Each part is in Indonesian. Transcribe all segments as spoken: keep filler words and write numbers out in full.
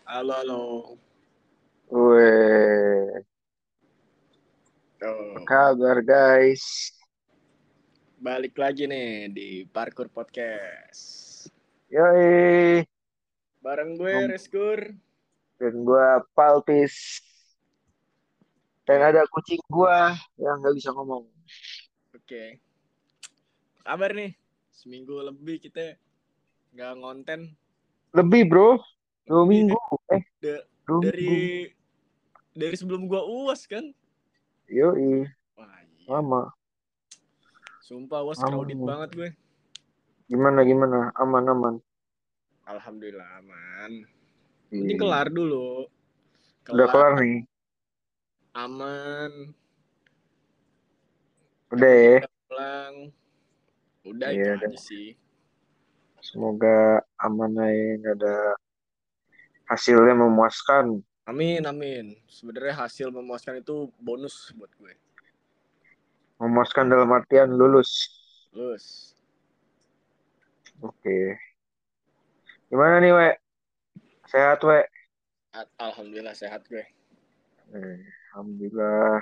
Halo, halo. Weh, apa Tuh, kabar guys? balik lagi nih di Parkour Podcast. Yoi, Bareng gue, Reskur. dan gua Palpis. Dan Oke, ada kucing gua yang nggak bisa ngomong. oke. Kabar nih, seminggu lebih kita nggak ngonten. Lebih bro, dua Lebih minggu. deh. Eh, Da- dua minggu. dari dari sebelum gua uas kan. Yoi, Wah iya, lama. sumpah uas crowded Lama. banget gue. Gimana, gimana? Aman, aman. Alhamdulillah aman. Penting Iya. kelar dulu. Udah Kelar, kelar nih. aman. Udah M D ya. udah pulang. Udah itu Iya, aja udah. sih. Semoga aman aja, nggak ada hasilnya memuaskan. Amin, amin. Sebenarnya hasil memuaskan itu bonus buat gue. Memuaskan dalam artian lulus. Lulus. Oke. Gimana nih, we? Sehat, we? Alhamdulillah sehat gue. Eh, Alhamdulillah.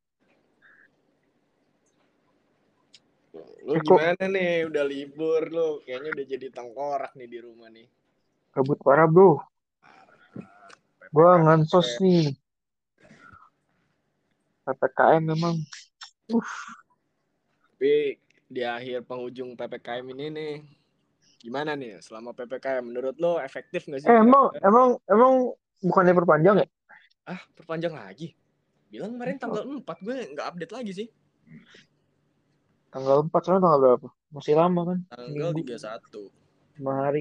Lu Eh kok gimana nih? Udah libur lu. Kayaknya udah jadi tengkorak nih di rumah nih. kabut parah bro. Gua P P K M. ngansos nih. P P K M memang. Uh, Tapi di akhir penghujung P P K M ini nih, gimana nih selama P P K M? Menurut lo efektif nggak sih eh, emang kira-kira? emang emang bukannya perpanjang ya? Ah, perpanjang lagi. Bilang kemarin tanggal empat gue nggak update lagi sih. Tanggal empat sekarang tanggal berapa? Masih lama kan? Tanggal Seminggu, tiga puluh satu. lima hari.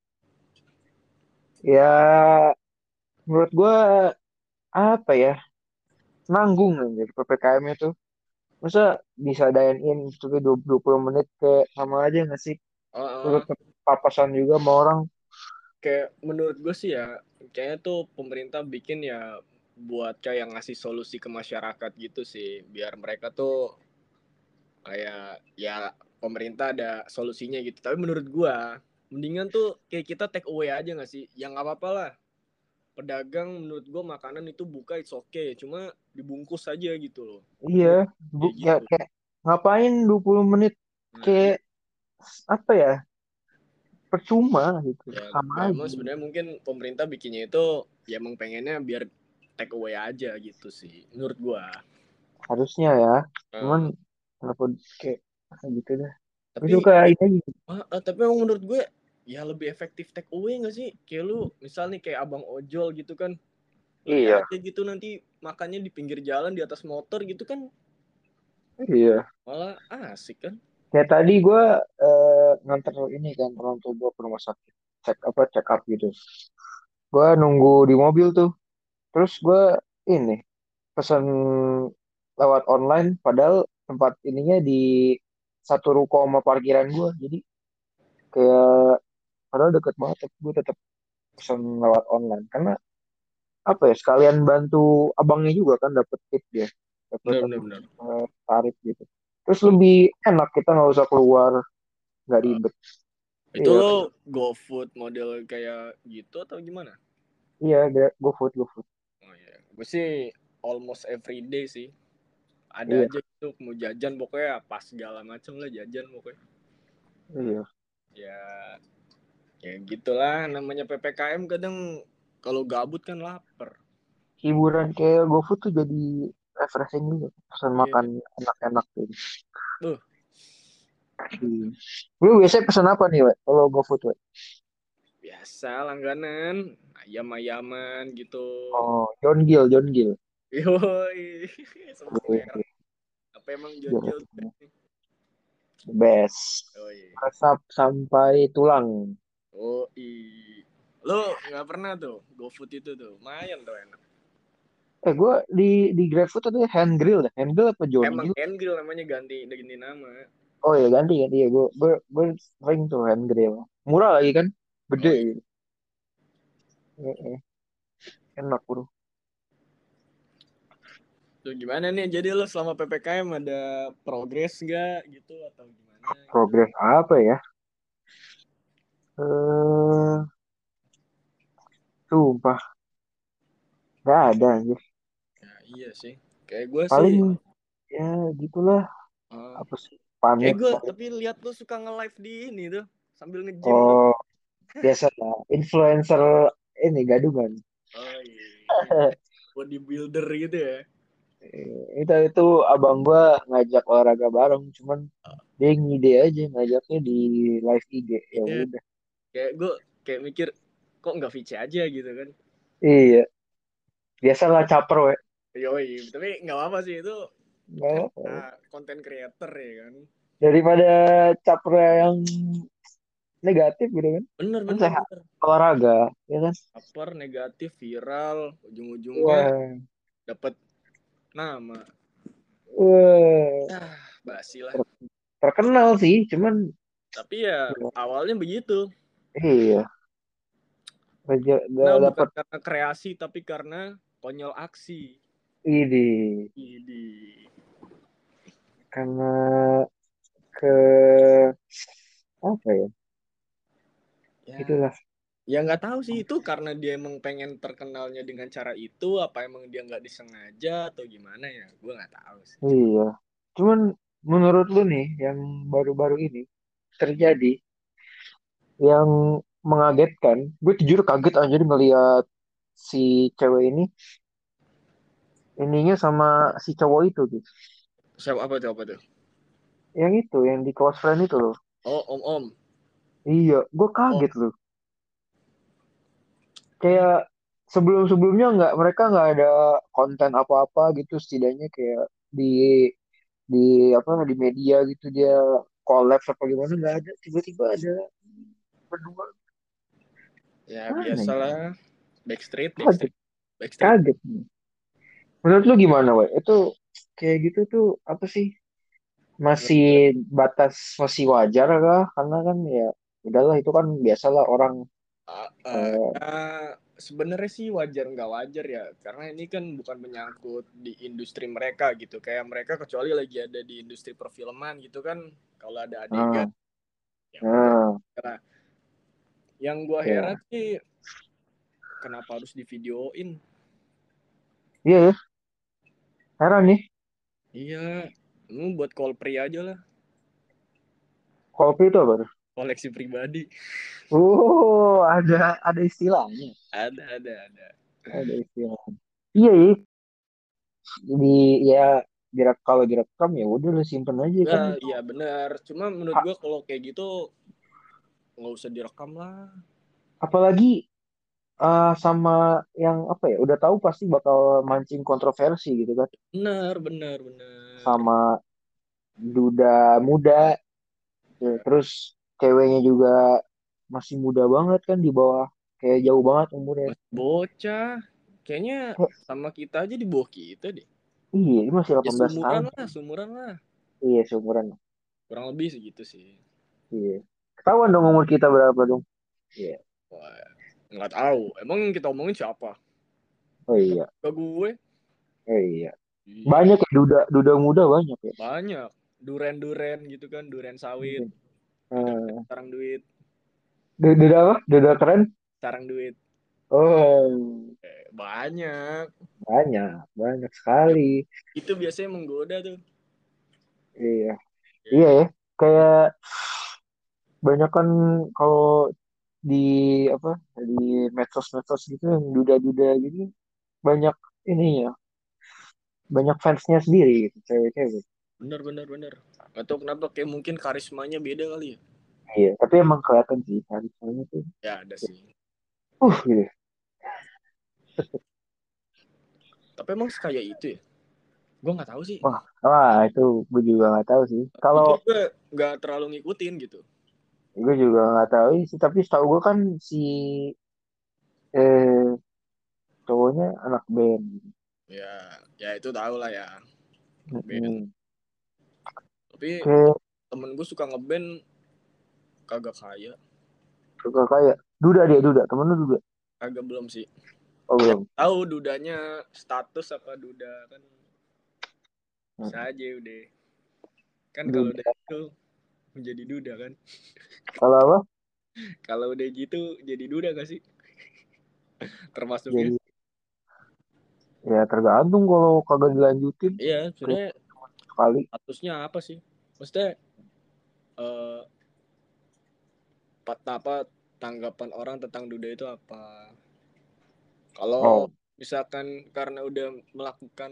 Ya, menurut gua apa ya? Nanggung anjir P P K M itu. Masa bisa dine in tapi dua puluh menit kayak sama aja nggak sih? Oh, Lu oh. tetap papasan juga sama orang. Kayak menurut gue sih ya, kayaknya tuh pemerintah bikin ya buat kayak ngasih solusi ke masyarakat gitu sih, biar mereka tuh kayak ya pemerintah ada solusinya gitu. Tapi menurut gue mendingan tuh kayak kita take away aja nggak sih? Ya nggak apa-apa lah. Pedagang menurut gue makanan itu buka it's okay, cuma dibungkus aja gitu loh. Iya, Menurut bu, kayak ya gitu. kayak ngapain dua puluh menit Nah, kayak apa ya? Percuma gitu. ya, Sama ya emang aja. sebenarnya mungkin pemerintah bikinnya itu ya emang pengennya biar take away aja gitu sih menurut gua. Harusnya ya, cuman Eh, kenapa kayak kayak gitu dah. Gue tapi suka ini aja. ah, ah, tapi emang menurut gue ya lebih efektif take away nggak sih? Kayak lu misal nih kayak abang ojol gitu kan, beli Iya, aja gitu nanti makannya di pinggir jalan di atas motor gitu kan iya. malah asik kan? Kayak tadi gue eh, nganter ini kan orang tua gue ke rumah sakit, cek apa check up gitu. Gue nunggu di mobil tuh, terus gue ini pesan lewat online, padahal tempat ininya di satu ruko sama parkiran gue, jadi kayak padahal deket banget, tapi gue tetap pesan lewat online karena apa ya sekalian bantu abangnya juga kan dapat tip dia dapat Bener apa bener bener. eh, tarif gitu terus lebih enak kita nggak usah keluar nggak Ah, ribet itu iya lo GoFood model kayak gitu atau gimana? iya dia GoFood GoFood Oh iya, gue sih almost every day sih. Ada iya aja gitu mau jajan pokoknya pas segala macam lah jajan pokoknya. iya Ya ya gitulah namanya P P K M kadang kalau gabut kan lapar. hiburan kayak GoFood tuh jadi refreshing juga pesan makan Iya. enak-enak gitu. Tuh, Hmm. Lu biasanya pesan apa nih, Wak, kalau GoFood, Wak? biasa langganan, ayam-ayaman gitu. Oh, John Gill, John Gill. Yoi, sebut merek. Wih, Apa emang John gila. Gill? The best. Oh iya. Resap sampai tulang. Oh iya. Lo nggak pernah tuh GoFood itu tuh, lumayan tuh enak. Eh, gue di di GrabFood ada hand grill dah. Hand grill apa John Emang Gill? Engil namanya ganti ganti nama. Oh ya ganti ganti ya. Gue gue gue sering tuh hand grill. Murah lagi kan? Gede Oh iya. gitu. Eh, eh, enak bro. Tuh gimana nih? Jadi lo selama P P K M ada progres nggak gitu atau gimana gitu? Progres apa ya? Eh, sumpah. Nggak ada anjir. Ya, iya sih. Kayak gue sih, Paling ya gitulah. uh, Apa sih? kayak Pamit. gue tapi lihat lu suka nge-live di ini tuh sambil nge-gym tuh. Oh, biasa lah. Influencer ini gadungan. Oh iya, bodybuilder gitu ya. itu itu abang gua ngajak olahraga bareng, cuman dia ngide aja ngajaknya di live I G. Ya Iya, udah. kayak gue kayak mikir kok nggak V C aja gitu kan. Iya, biasalah caper we. Yoi, tapi nggak apa sih itu Nggak kan apa-apa. ah, konten creator ya kan. Daripada caper yang negatif gitu kan. Bener Kan bener sehat. bener. Olahraga, ya kan? Upper negatif viral ujung-ujungnya Wah, dapat nama. wah. Ah, basi lah. Ter- terkenal sih, cuman Tapi ya awalnya begitu. iya, aja Nah, udah bukan dapat karena kreasi tapi karena konyol aksi. ide Ini karena ke apa ya? ya Itulah. ya nggak tahu sih itu karena dia emang pengen terkenalnya dengan cara itu apa emang dia nggak disengaja atau gimana ya gue nggak tahu sih. Iya. Cuman menurut lu nih yang baru-baru ini terjadi yang mengagetkan, gue jujur kaget aja ngeliat si cewek ini ininya sama si cowok itu gitu. Siapa apa tuh apa tuh? Yang itu yang di close friend itu loh. Oh, om om. Iya, gue Oh kaget loh. ya, Kayak sebelum-sebelumnya nggak mereka nggak ada konten apa-apa gitu setidaknya kayak di di apa di media gitu dia collab apa gimana nggak ada tiba-tiba ada berdua ya mana ya biasalah Backstreet kaget Backstreet Backstreet. kaget menurut lu gimana Wei itu kayak gitu tuh apa sih masih batas masih wajar kah karena kan ya udahlah itu kan biasalah orang Uh, uh, eh, ya, sebenarnya sih wajar nggak wajar ya karena ini kan bukan menyangkut di industri mereka gitu kayak mereka kecuali lagi ada di industri perfilman gitu kan kalau ada adegan ah, ya wajar ah, lah. Yang gua heran ya sih kenapa harus divideoin. iya ya heran nih Iya, lu buat call free aja lah, kopi itu apa tuh? koleksi pribadi. Oh ada ada istilahnya Ada ada ada. ada istilahnya iya ya di ya direk kalau direkam ya udah lu simpen aja kan Nah, itu iya benar. Cuma menurut A- gua kalau kayak gitu nggak usah direkam lah. apalagi eh, sama yang apa ya udah tahu pasti bakal mancing kontroversi gitu kan Benar benar benar. sama duda muda ya, Ya, terus ceweknya juga masih muda banget kan di bawah kayak jauh banget umurnya masih bocah. Kayaknya kayak sama kita aja di bawah kita deh. iya ini masih Ya delapan belas seumuran tahun lah, seumuran lah. iya seumuran Kurang lebih segitu sih. iya ketahuan dong umur kita berapa dong iya Wah, nggak tahu. Emang kita omongin siapa? oh iya Ke gue? oh iya Iya, banyak ya duda duda muda banyak ya banyak. Duren-duren gitu kan, duren sawit. iya. Duda Eh, sarang duit, du- duda apa duda keren sarang duit. oh Eh, banyak. banyak banyak sekali Itu biasanya menggoda tuh. iya iya Ya, ya kayak banyak kan kalau di apa di medsos-medsos gitu yang duda-duda gitu banyak ininya banyak fansnya sendiri gitu cewek-cewek bener bener bener. Atau kenapa kayak mungkin karismanya beda kali ya? iya tapi emang kelihatan sih karismanya tuh Ya ada sih. uh gitu Tapi emang sekaya itu ya? Gue nggak tahu sih. wah wah itu gue juga nggak tahu sih kalau Jujur gue nggak terlalu ngikutin gitu. gue juga nggak tahu sih tapi setahu gue kan si eh cowoknya anak band Ya, ya itu tahu lah ya. Band. Mm-mm. Tapi kayak temen gue suka ngeband kagak kaya. suka kayak duda dia duda temen lu duda Kagak belum sih. oh Ya belum tahu dudanya status apa duda kan bisa Mm. aja udah. Kan kalau udah duda itu menjadi duda kan. kalau apa Kalau udah gitu jadi duda gak sih? Termasuknya. jadi Ya tergantung kalau kagak dilanjutin Iya, kayak sebenarnya sekali. statusnya apa sih? Maksudnya eh pat- apa tanggapan orang tentang duda itu apa? Kalau Oh, misalkan karena udah melakukan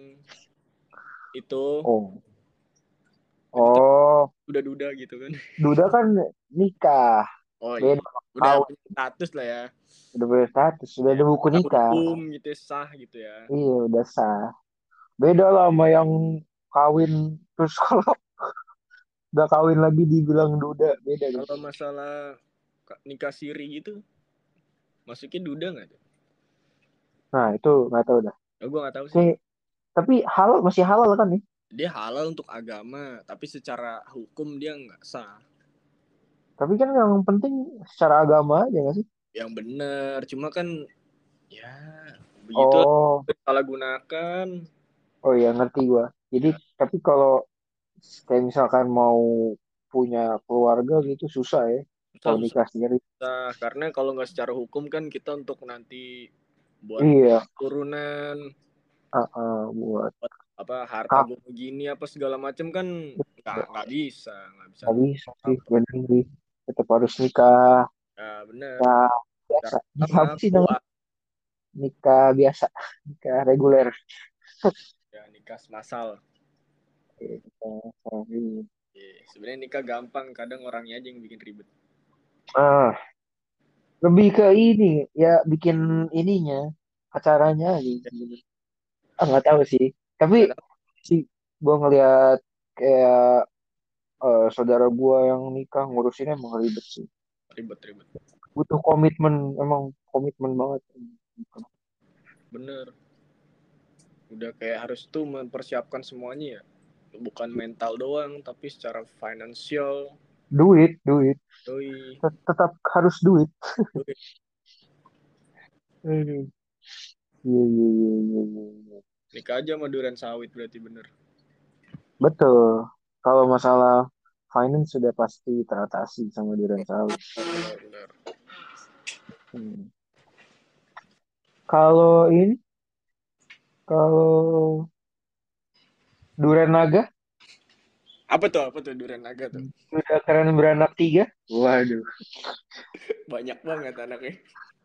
itu, oh, itu kan oh, udah duda gitu kan. duda kan nikah, Oh iya, beda sama udah kawin, punya status lah ya. udah berstatus, sudah Ya, ada buku secara nikah. hukum gitu sah gitu ya. Iya, udah sah. Beda lah sama yang kawin terus kalau udah kawin lagi dibilang duda, beda dong. Kalau masalah nikah siri gitu, masuknya duda nggak tuh? Nah, itu nggak tahu dah. Ya, gue nggak tahu Oke, sih. tapi halal masih halal kan nih? Dia halal untuk agama, tapi secara hukum dia nggak sah. Tapi kan yang penting secara agama aja nggak sih? Yang bener, cuma kan ya begitulah, Oh, salah gunakan. oh ya ngerti gua. Jadi Ya, tapi kalau kayak misalkan mau punya keluarga gitu susah ya. susah Kalau susah. nikah sendiri. Karena kalau nggak secara hukum kan kita untuk nanti buat Iya, turunan, uh, uh, buat buat apa harta kap gonta gini apa segala macam kan nggak nggak bisa, nggak bisa nggak bisa sih, apa. bener sih. Tetap harus nikah. Ya bener. Nikah biasa. Cara Nikah agama apa sih namanya? kuat. Nikah biasa. Nikah reguler. Ya nikah masal. Oke, nikah sahih. Ya, sebenarnya nikah gampang, kadang orangnya aja yang bikin ribet. Ah, lebih ke ini ya bikin ininya acaranya Ya, gitu. Ah nggak tahu sih. Tapi kadang sih gua ngelihat kayak eh, saudara gua yang nikah ngurusinnya emang ribet sih. ribet-ribet. Butuh komitmen, emang komitmen banget. Bener. Udah kayak harus tuh mempersiapkan semuanya ya. Bukan mental doang, tapi secara finansial. Duit, duit, Doi, Tet- tetap harus duit. doi. Hmm. Iya, iya, iya, iya, iya, iya. Nikah aja sama durian sawit berarti bener. Betul. Kalau masalah finance sudah pasti teratasi sama Duren Sawit. Bener, bener. Hmm. Kalau ini, kalau Duren Naga Apa tuh, apa tuh durian naga tuh? sudah keren beranak tiga. Waduh. Banyak banget anaknya.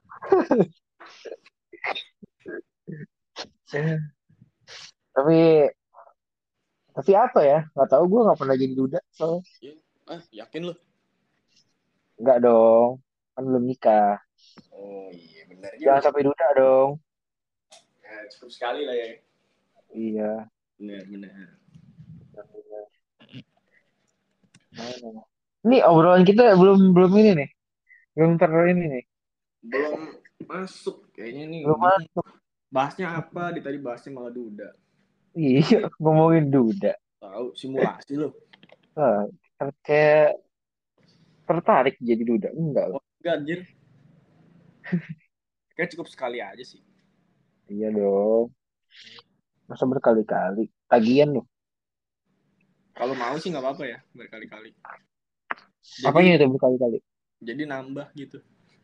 Ya. Tapi tapi apa ya? Nggak tahu gue nggak pernah jadi duda. So, Ya. Ah, yakin lu? nggak dong. Kan belum nikah. Oh iya, bener Jangan juga. sampai duda dong. Ya, cukup sekali lah ya. Iya. Bener, bener. Mana? Ini obrolan kita belum belum ini nih. Belum ter ini nih. Belum masuk kayaknya nih, Belum bingung. masuk. Bahasnya apa? Di tadi bahasnya malah duda. Iya, ngomongin duda. Tahu simulasi lo. Ah, kayak tertarik jadi duda. Enggak lah. Oh, enggak anjir. Kayak cukup sekali aja sih. Iya dong. Masa berkali-kali. Tagihan loh. Kalau mau sih nggak apa-apa ya, berkali-kali. Apanya Jadi itu berkali-kali? jadi nambah gitu.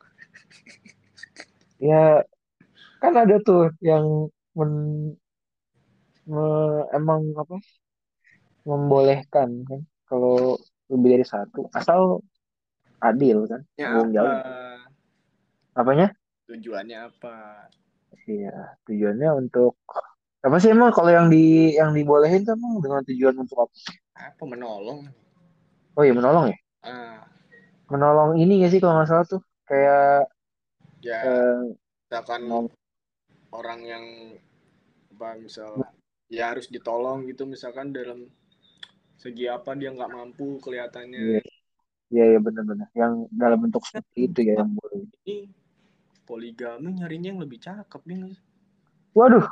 Ya, kan ada tuh yang men- me- emang apa membolehkan kan kalau lebih dari satu asal adil kan Ya tanggung apa? jawab apanya. Tujuannya apa? Iya, tujuannya untuk apa sih emang kalau yang di yang dibolehin kan emang dengan tujuan untuk apa? Apa menolong? Oh iya menolong ya, Ah, menolong ini gak sih kalau nggak salah tuh kayak ya eh, misalkan menolong- orang yang apa misal ya harus ditolong gitu misalkan dalam segi apa dia nggak mampu kelihatannya. iya iya iya benar-benar yang dalam bentuk Kan seperti itu ya yang boleh. ini poligami nyarinya yang lebih cakep nih. Waduh,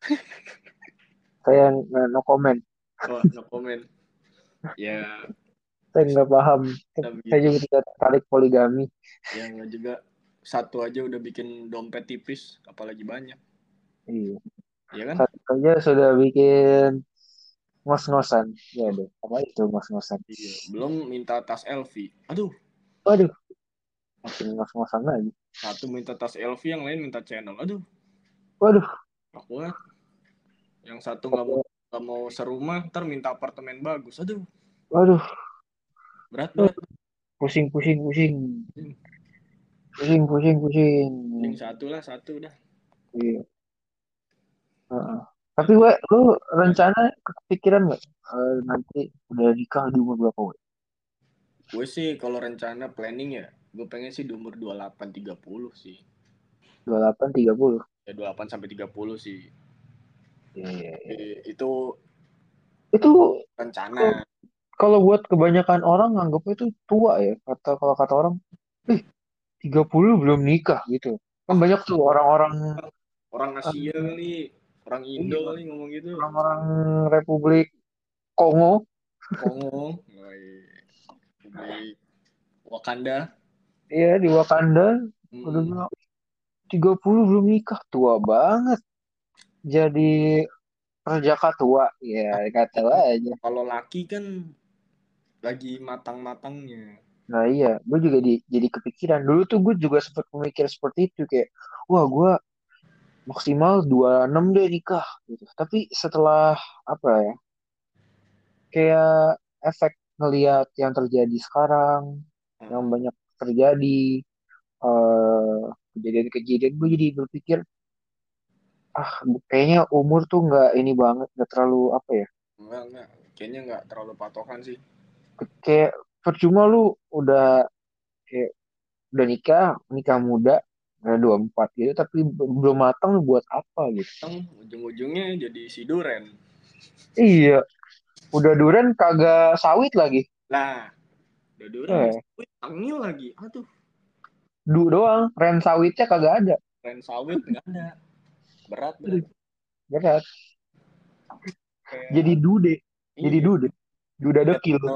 saya nggak- no comment. Oh, no comment. Ya Saya nggak paham. bisa Saya begitu. juga tidak tertarik poligami. Yang juga satu aja udah bikin dompet tipis, apalagi banyak. Iya. Iya kan? Satu aja sudah bikin ngos-ngosan. Ya deh, apa itu ngos-ngosan? Iya. Belum minta tas L V. Aduh, Waduh, makin ngos-ngosan lagi. satu minta tas L V, yang lain minta channel. Aduh, Waduh, gak kuat. Yang satu nggak mau nggak mau serumah, ntar minta apartemen bagus. Aduh, Waduh, berat tuh berat. pusing pusing pusing pusing pusing pusing. Mending satu lah, satu dah. Iya. Heeh. Tapi Satu. gue, lu Nah, rencana kepikiran nggak eh, nanti udah nikah di umur berapa, we? gue sih kalau rencana planning ya, gue pengen sih di umur dua puluh delapan tiga puluh sih. Dua delapan tiga puluh. Ya dua puluh delapan sampai tiga puluh sih. Iya, iya, iya. Eh, itu Itu kalau rencana. kalau buat kebanyakan orang nganggapnya itu tua ya. Kata kalau kata orang, ih tiga puluh belum nikah gitu. Kan Ah, banyak tuh orang-orang orang Asia eh, kali, orang Indo iya, kali ngomong gitu. orang-orang Republik Kongo, Kongo, Republik Wakanda. ya di Wakanda, udah Mm-mm. bilang tiga puluh belum nikah, tua banget. Jadi perjaka tua, ya kata aja. Kalau laki kan lagi matang-matangnya. Nah iya, gue juga di, jadi kepikiran. Dulu tuh gue juga sempat memikir seperti itu. Kayak, wah gue maksimal dua puluh enam deh nikah. Gitu. Tapi setelah, apa ya, kayak efek ngelihat yang terjadi sekarang, yang Heeh. banyak terjadi, eh, kejadian-kejadian, gue jadi berpikir, ah kayaknya umur tuh nggak ini banget, nggak terlalu, apa ya, Enggak, enggak. Kayaknya enggak terlalu patokan sih. kayak percuma lu udah kayak udah nikah, nikah muda, eh, dua puluh empat gitu, tapi b- belum matang lu buat apa gitu. Kan ujung-ujungnya jadi si Duren. Iya, udah duren kagak sawit lagi. Lah, udah Duren Eh, masih wih, tangil lagi. Aduh, du doang, rem sawitnya kagak ada. tren sawit enggak ada. Berat, berat. Aduh, berat. Jadi Kayak dude, jadi iya. dude, duda dekil. Erdo,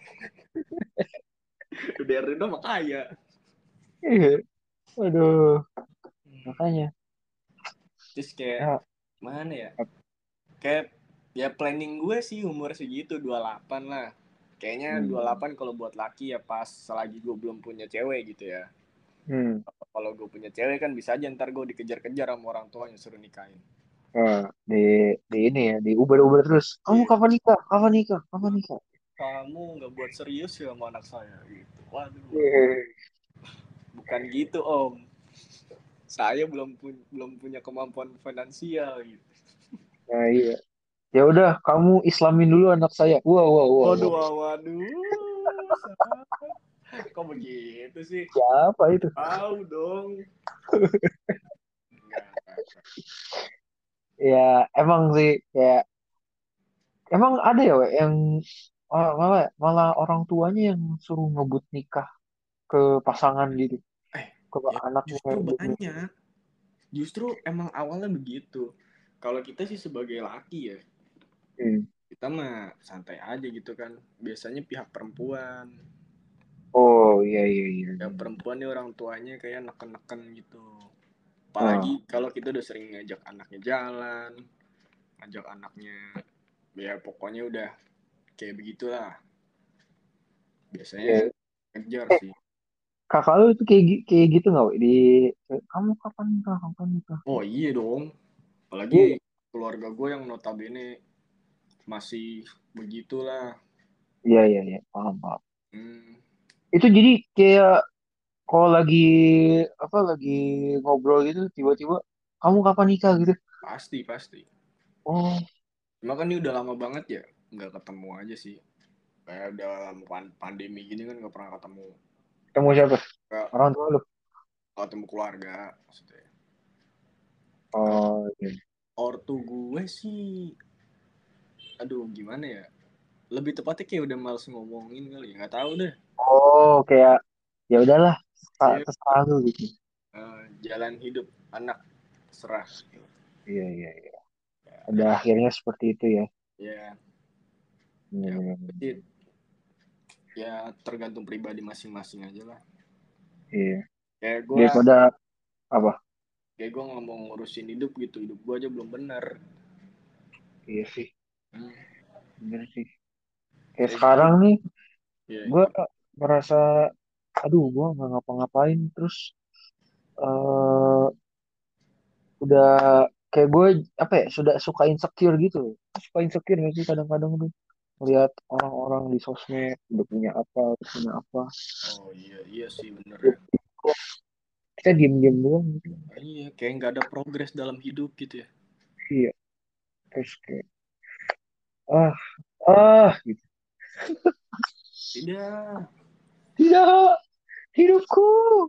udah Erdo mah kaya. Iya, aduh, makanya. Terus kayak Ya, mana ya? Kayak ya planning gue sih umur segitu dua puluh delapan lah. Kayaknya hmm, dua puluh delapan kalau buat laki ya pas selagi gue belum punya cewek gitu ya. hmm. Kalau gue punya cewek kan bisa aja ntar gue dikejar-kejar sama orang tuanya suruh nikahin. Nah, di, di ini ya, di Uber-Uber terus. Kamu Iya, kapan nikah? Kapan nikah? Kapan nikah? kamu nggak buat serius ya sama anak saya gitu. Waduh, waduh. Iya. Bukan gitu om. Saya belum pu- belum punya kemampuan finansial gitu. Nah, iya. Ya udah, kamu Islamin dulu anak saya. Wow, wow, wow, Waduh, wow. waduh. Sa- Kok begitu sih? Siapa itu? Tahu dong. Enggak, enggak, enggak. Ya, emang sih kayak emang ada ya, we, yang oh, malah malah orang tuanya yang suruh ngebut nikah ke pasangan gitu, Eh, ke ya anaknya justru buat nikah. banyak. Justru emang awalnya begitu. Kalau kita sih sebagai laki ya, Hmm. kita mah santai aja gitu kan. Biasanya pihak perempuan. Oh iya iya iya. Ya Iya. perempuan nih orang tuanya kayak neken-neken gitu. Apalagi Ah, kalau kita udah sering ngajak anaknya jalan, ngajak anaknya, ya pokoknya udah kayak begitulah. Biasanya iya. ngejar Eh, sih. kakak lu itu kayak gi- kayak gitu nggak, we? Di kayak, kamu kapan nikah? Kapan nikah? Oh iya dong. Apalagi Iya keluarga gue yang notabene masih begitulah. iya iya iya. Paham paham. Hmm, Itu jadi kayak kalau lagi apa lagi ngobrol gitu tiba-tiba kamu kapan nikah gitu. pasti, pasti. Oh, Cuma kan ini udah lama banget ya. Nggak ketemu aja sih. Kayak udah lama pan- pandemi gini kan nggak pernah ketemu. ketemu siapa? Nggak Orang tua lu? ketemu keluarga maksudnya. Kalau Oh iya. ortu gue sih, aduh gimana ya? Lebih tepatnya kayak udah males ngomongin kali ya. Nggak tahu deh. Oh, kayak ya udahlah, tak Iya, terserah lu gitu. eh, jalan hidup anak serah. Iya, iya, iya. Ada Ya, akhirnya seperti itu ya. ya, Iya, ya, iya, berarti ya tergantung pribadi masing-masing aja lah. iya. Kayak gue, Daripada apa? kayak gue nggak mau ngurusin hidup gitu. Hidup gue aja belum bener. Iya sih, Hmm, bener sih. Kayak kayak gue, sekarang nih, ya gue gimana? merasa, aduh, gue nggak ngapa-ngapain. Terus eh udah kayak gue apa ya sudah suka insecure gitu. Suka insecure nggak sih kadang-kadang tuh melihat orang-orang di sosmed udah punya apa, udah punya apa. Oh iya iya sih bener ya. Kita diem-diem doang gitu. Ah, iya kayak nggak ada progres dalam hidup gitu ya. Iya, terus kayak ah ah gitu. Tidak. Tidak, hidupku,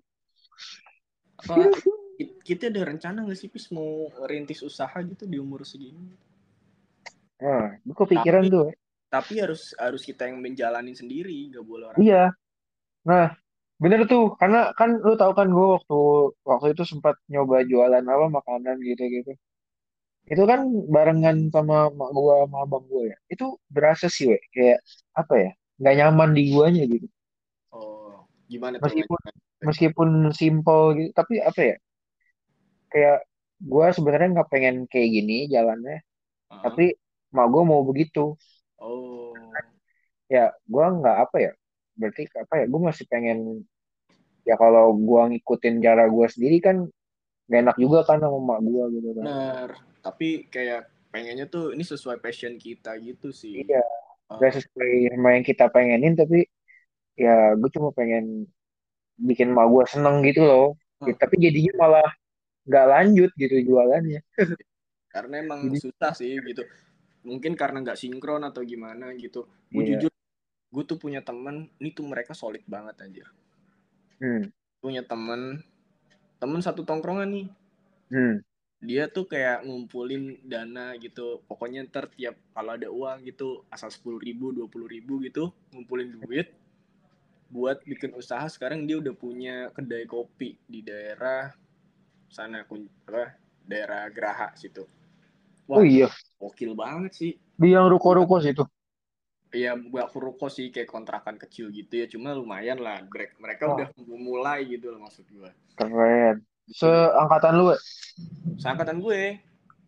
Apa hidupku. kita ada rencana nggak sih Pis mau rintis usaha gitu di umur segini? Nah, gue kepikiran Tapi tuh. tapi harus harus kita yang menjalani sendiri, nggak boleh orang Iya, lain. nah bener tuh, karena kan lu tahu kan gue waktu waktu itu sempat nyoba jualan apa makanan gitu-gitu. Itu kan barengan sama mak gue sama abang gue ya. Itu berasa sih, we, kayak apa ya? Nggak nyaman di guanya gitu. Oh, gimana tuh nggak Meskipun nyaman? meskipun simple gitu, tapi apa ya? Kayak gue sebenarnya nggak pengen kayak gini jalannya, Heeh. tapi mak gue mau begitu. Oh, Ya, gue nggak apa ya? Berarti apa ya? Gue masih pengen ya kalau gue ngikutin cara gue sendiri kan gak enak juga kan sama mak gue gitu kan. bener. Tapi kayak pengennya tuh ini sesuai passion kita gitu sih. Iya, gak Eh, sesuai sama yang kita pengenin, tapi ya gue cuma pengen bikin mak gue seneng gitu loh. Ya, eh, tapi jadinya malah nggak lanjut gitu jualannya. karena emang Jadi susah sih gitu. Mungkin karena nggak sinkron atau gimana gitu. Gue iya, jujur, gue tuh punya temen, ini tuh mereka solid banget anjir. hmm, Punya temen, temen satu tongkrongan nih. hmm. Dia tuh kayak ngumpulin dana gitu. Pokoknya ntar tiap kalau ada uang gitu, asal sepuluh ribu, dua puluh ribu gitu, ngumpulin duit buat bikin usaha. Sekarang dia udah punya kedai kopi di daerah sana, apa, daerah Geraha situ. Oh Wah, iya, gokil banget sih. di yang ruko-ruko situ. Ya gak ruko sih kayak kontrakan kecil gitu ya, cuma lumayan lah. Mereka udah Wah, memulai gitu loh maksud gue. keren. Itu Seangkatan lu, ya? seangkatan gue.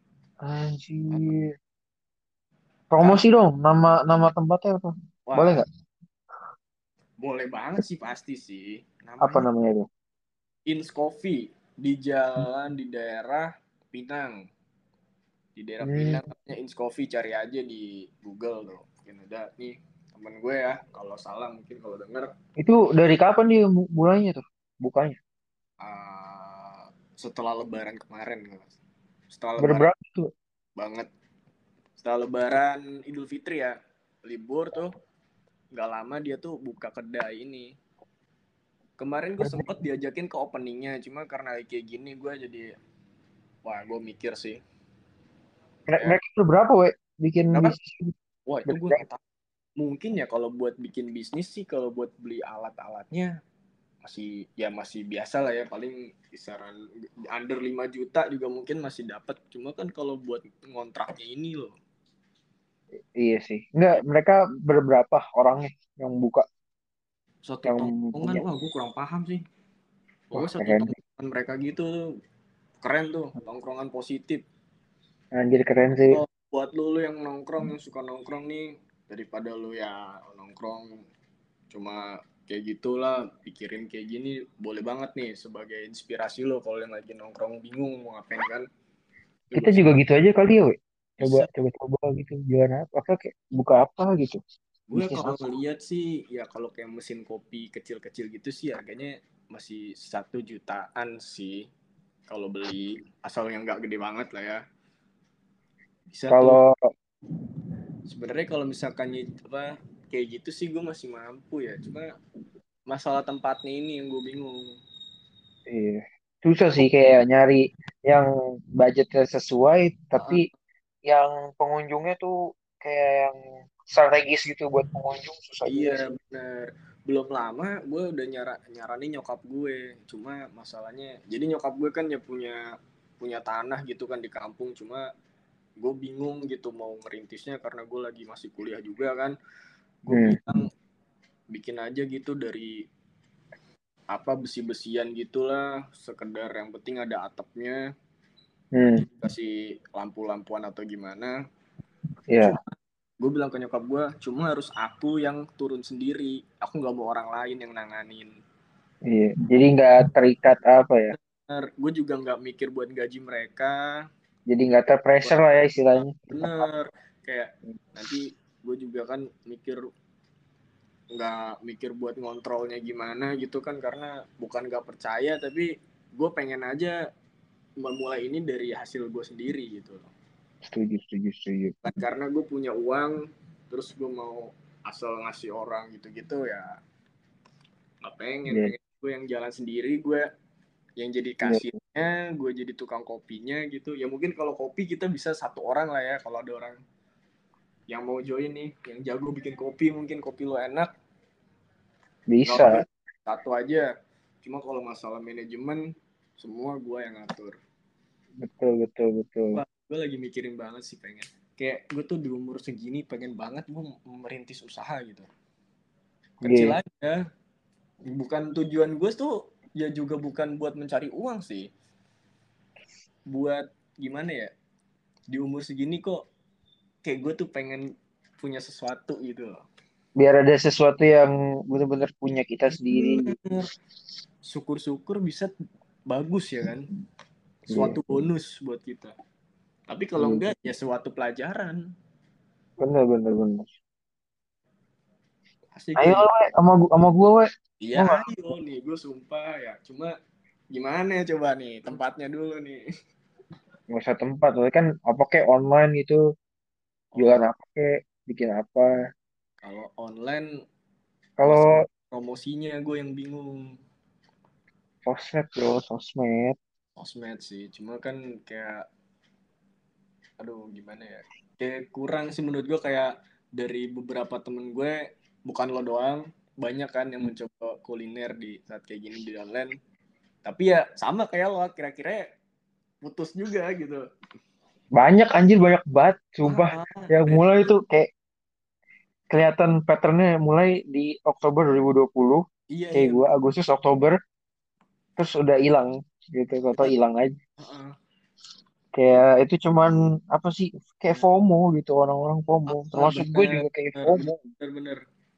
Anjir. Karena Promosi dong, nama nama tempatnya apa? Boleh wah nggak? boleh banget sih pasti sih. Apa Namanya namanya itu? Ins Coffee di jalan di daerah Pinang. Di daerah Hmm, Pinang namanya Ins Coffee, cari aja di Google tuh. Mungkin ada nih temen gue ya. Kalau salah mungkin kalau denger itu dari kapan dia mu- mulainya tuh? Bukanya. uh, setelah Lebaran kemarin, Mas. Setelah Lebaran Berberapa tuh? banget. Setelah Lebaran Idul Fitri ya, libur tuh nggak lama dia tuh buka kedai ini. Kemarin gue sempet diajakin ke openingnya, cuma karena kayak gini gue jadi wah gue mikir sih Mere- kayak Mereka berberapa, we? Bikin kenapa? bisnis Wah itu gue berapa? nggak tahu. Mungkin ya kalau buat bikin bisnis sih, kalau buat beli alat-alatnya masih ya masih biasa lah ya, paling kisaran under lima juta juga mungkin masih dapat. Cuma kan kalau buat ngontraknya ini loh, Iya sih. Enggak, ya mereka berberapa orangnya yang buka, satu yang tongkrongan, punya. wah gue kurang paham sih. Wah, Pokoknya satu keren sih. tongkrongan mereka gitu tuh, keren tuh, tongkrongan positif. Anjir, keren sih. Oh, buat lu, lu yang nongkrong, yang suka nongkrong nih, daripada lu ya nongkrong cuma kayak gitulah, pikirin kayak gini, boleh banget nih sebagai inspirasi lo kalau yang lagi nongkrong bingung mau ngapain kan. Coba Kita sih juga gitu aja kali ya, we. Coba, bisa. coba-coba gitu. Jualan apa? Apa kayak buka apa gitu. Gue Bisnis kalau apa? ngeliat sih ya kalau kayak mesin kopi kecil-kecil gitu sih harganya masih satu jutaan sih kalau beli, asal yang nggak gede banget lah ya. Bisa tuh. Kalau Sebenarnya kalau misalkan apa kayak gitu sih gue masih mampu ya, cuma masalah tempatnya ini yang gue bingung. iya, susah sih kayak nyari yang budgetnya sesuai, tapi Uh, yang pengunjungnya tuh kayak yang strategis gitu buat pengunjung susah juga iya sih. bener. Belum lama gue udah nyara nyaranin nyokap gue, cuma masalahnya jadi nyokap gue kan ya punya punya tanah gitu kan di kampung, cuma gue bingung gitu mau ngerintisnya karena gue lagi masih kuliah juga kan. Gue Hmm, bilang bikin aja gitu dari apa besi-besian gitulah, sekedar yang penting ada atapnya, hmm, kasih lampu-lampuan atau gimana. ya, Cuma gue bilang ke nyokap gue, cuma harus aku yang turun sendiri, aku nggak mau orang lain yang nanganin. iya. Jadi nggak terikat apa ya? Gue juga nggak mikir buat gaji mereka, Jadi nggak terpressure lah ya istilahnya. Bener, kayak nanti gue juga kan mikir, nggak mikir buat ngontrolnya gimana gitu kan, karena bukan nggak percaya, tapi gue pengen aja memulai ini dari hasil gue sendiri gitu loh. Setuju, setuju, setuju. Kan karena gue punya uang terus gue mau asal ngasih orang gitu-gitu ya nggak pengen. Iya, Pengen gue yang jalan sendiri, gue yang jadi iya, kasirnya, gue jadi tukang kopinya gitu ya. Mungkin kalau kopi kita bisa satu orang lah ya, kalau ada orang yang mau join nih yang jago bikin kopi, mungkin kopi lo enak, nggak apa-apa bisa. satu aja. Cuma kalau masalah manajemen semua gue yang ngatur. Betul, betul, betul. Wah, gue lagi mikirin banget sih, pengen kayak gue tuh di umur segini pengen banget gue merintis usaha gitu, kecil Iya, aja. Bukan tujuan gue tuh ya juga bukan buat mencari uang sih, buat gimana ya, di umur segini kok kayak gue tuh pengen punya sesuatu gitu loh. biar ada sesuatu yang benar-benar punya kita sendiri. Bener, syukur-syukur bisa bagus ya kan, Iya, suatu bonus buat kita. Tapi kalau iya. enggak ya suatu pelajaran. Bener, bener, bener. Asik Ayo, tuh. we, sama gua, sama gua, we. Iya Mau nggak? ayo nih, gue sumpah ya, cuma gimana ya, coba nih tempatnya dulu nih. Nggak usah tempat, we. Kan apa kayak online gitu. Jualan Oh, apa kayak, bikin apa. kalau online masalah Kalau promosinya gue yang bingung. sosmed, bro, sosmed. Sosmed sih, cuma kan kayak aduh gimana ya, kayak kurang sih menurut gue. Kayak dari beberapa temen gue, bukan lo doang, banyak kan yang mencoba kuliner di saat kayak gini di online, tapi ya sama kayak lo, kira-kira putus juga gitu. Banyak, anjir, banyak banget. Ah, Sumpah. ah, Yang kayak mulai itu kayak kelihatan patternnya mulai di Oktober dua ribu dua puluh. iya Kayak iya gua, Agustus, Oktober. Terus udah hilang. Gitu, atau benar. hilang aja. Ah, ah. Kayak Kayak itu cuman, apa sih, kayak hmm, FOMO gitu. Orang-orang FOMO. ah, ah, Termasuk gue benar juga kayak benar FOMO. benar benar.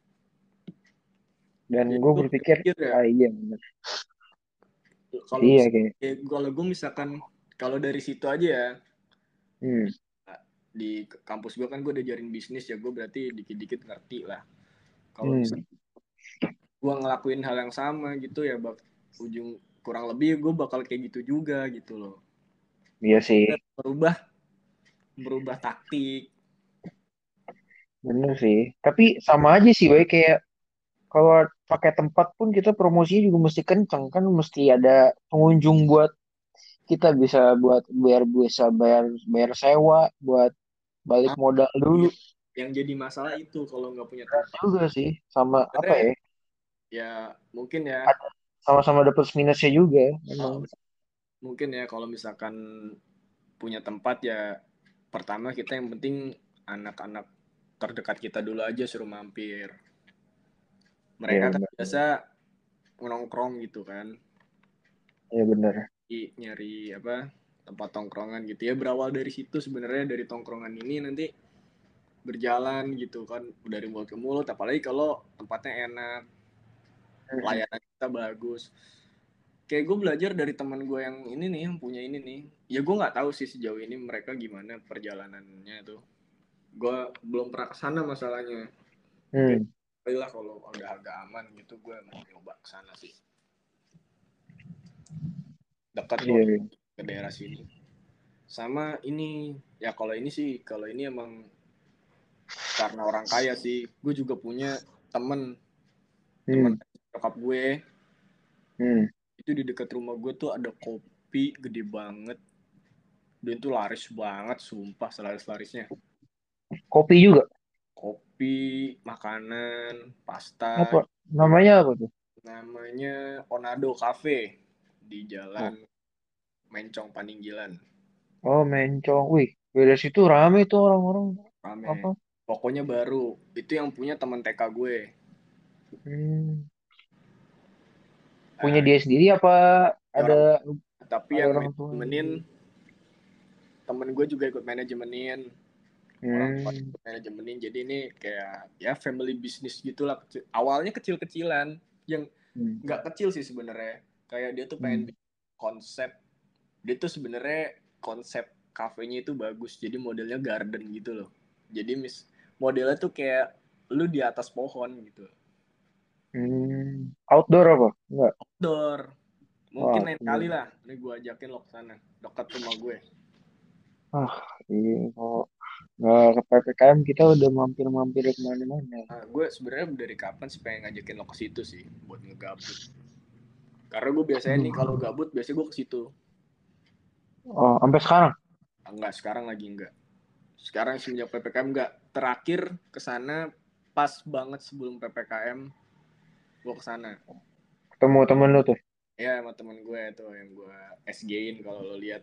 Dan Kayak gue gue berpikir, pikir ya, ah iya bener. kalau Iya mis kayak. kayak kalau gue misalkan, kalau dari situ aja ya, Hmm. di kampus gue kan gue udah jaring bisnis ya, gue berarti dikit-dikit ngerti lah. Kalau Hmm. misal gue ngelakuin hal yang sama gitu ya, bak ujung kurang lebih gue bakal kayak gitu juga gitu loh. Iya Tapi sih. kita berubah berubah taktik. Bener sih. Tapi sama aja sih, baik kayak kalau pakai tempat pun kita promosinya juga mesti kenceng kan, mesti ada pengunjung buat kita bisa buat biar bisa bayar bayar sewa, buat balik Ah, modal dulu. iya. Yang jadi masalah itu kalau nggak punya tempat. Juga sih, sama apa Sebenarnya ya? ya mungkin ya, Ada sama-sama ada plus minusnya juga, oh, memang. mungkin ya kalau misalkan punya tempat ya, pertama kita yang penting anak-anak terdekat kita dulu aja suruh mampir. Iya Mereka kan benar, biasa nongkrong gitu kan, iya benar. di nyari apa, tempat tongkrongan gitu ya. Berawal dari situ sebenarnya, dari tongkrongan ini nanti berjalan gitu kan dari mulut ke mulut, apalagi kalau tempatnya enak, Mm-mm. pelayanan kita bagus. Kayak gue belajar dari teman gue yang ini nih, yang punya ini nih, ya gue nggak tahu sih sejauh ini mereka gimana perjalanannya tuh, gue belum pernah kesana masalahnya. Tapi Hmm. lah kalau udah agak aman gitu gue mau nyoba kesana sih, dekat kok Iya, iya. ke daerah sini. Sama ini ya, kalau ini sih, kalau ini emang karena orang kaya sih. Gue juga punya temen temen Hmm. nyokap gue, Hmm. itu di dekat rumah gue tuh ada kopi gede banget, dan itu laris banget sumpah, selaris-larisnya. Kopi juga. Kopi, makanan, pasta. Apa namanya apa tuh? Namanya Onado Cafe, di jalan Oh, Mencong Paninggilan. oh Mencong. Wih, dari situ rame tuh orang-orang. Rame, Apa? pokoknya baru. Itu yang punya teman T K gue. Hmm. Punya Nah, dia sendiri apa ini ada orang, tapi ada yang orang tua? manajemenin temen gue juga ikut manajemenin, orang tua Hmm. ikut manajemenin. Jadi ini kayak ya family business gitulah. Kecil- awalnya kecil-kecilan, yang Hmm. nggak kecil sih sebenarnya. Kayak dia tuh pengen Hmm. bikin konsep, dia tuh sebenarnya konsep kafenya itu bagus, jadi modelnya garden gitu loh. Jadi mis modelnya tuh kayak lu di atas pohon gitu. Hmm, outdoor apa? Enggak. Outdoor. Mungkin Wah, lain kali iya. lah, ini gue ajakin lo ke sana, dekat rumah gue. Ah, iya. Kalau nggak ke P P K M kita udah mampir-mampir kemana-mana. Nah, gue sebenarnya dari kapan sih pengen ngajakin lo ke situ sih buat ngegabut. Karena gue biasanya nih kalau Aduh. gabut biasanya gue ke situ. Oh, sampai sekarang? Enggak, sekarang lagi enggak. Sekarang semenjak P P K M enggak. Terakhir ke sana pas banget sebelum P P K M gue ke sana. Ketemu temen lu tuh? Ya sama temen gue tuh yang gue S G-in kalau lo lihat.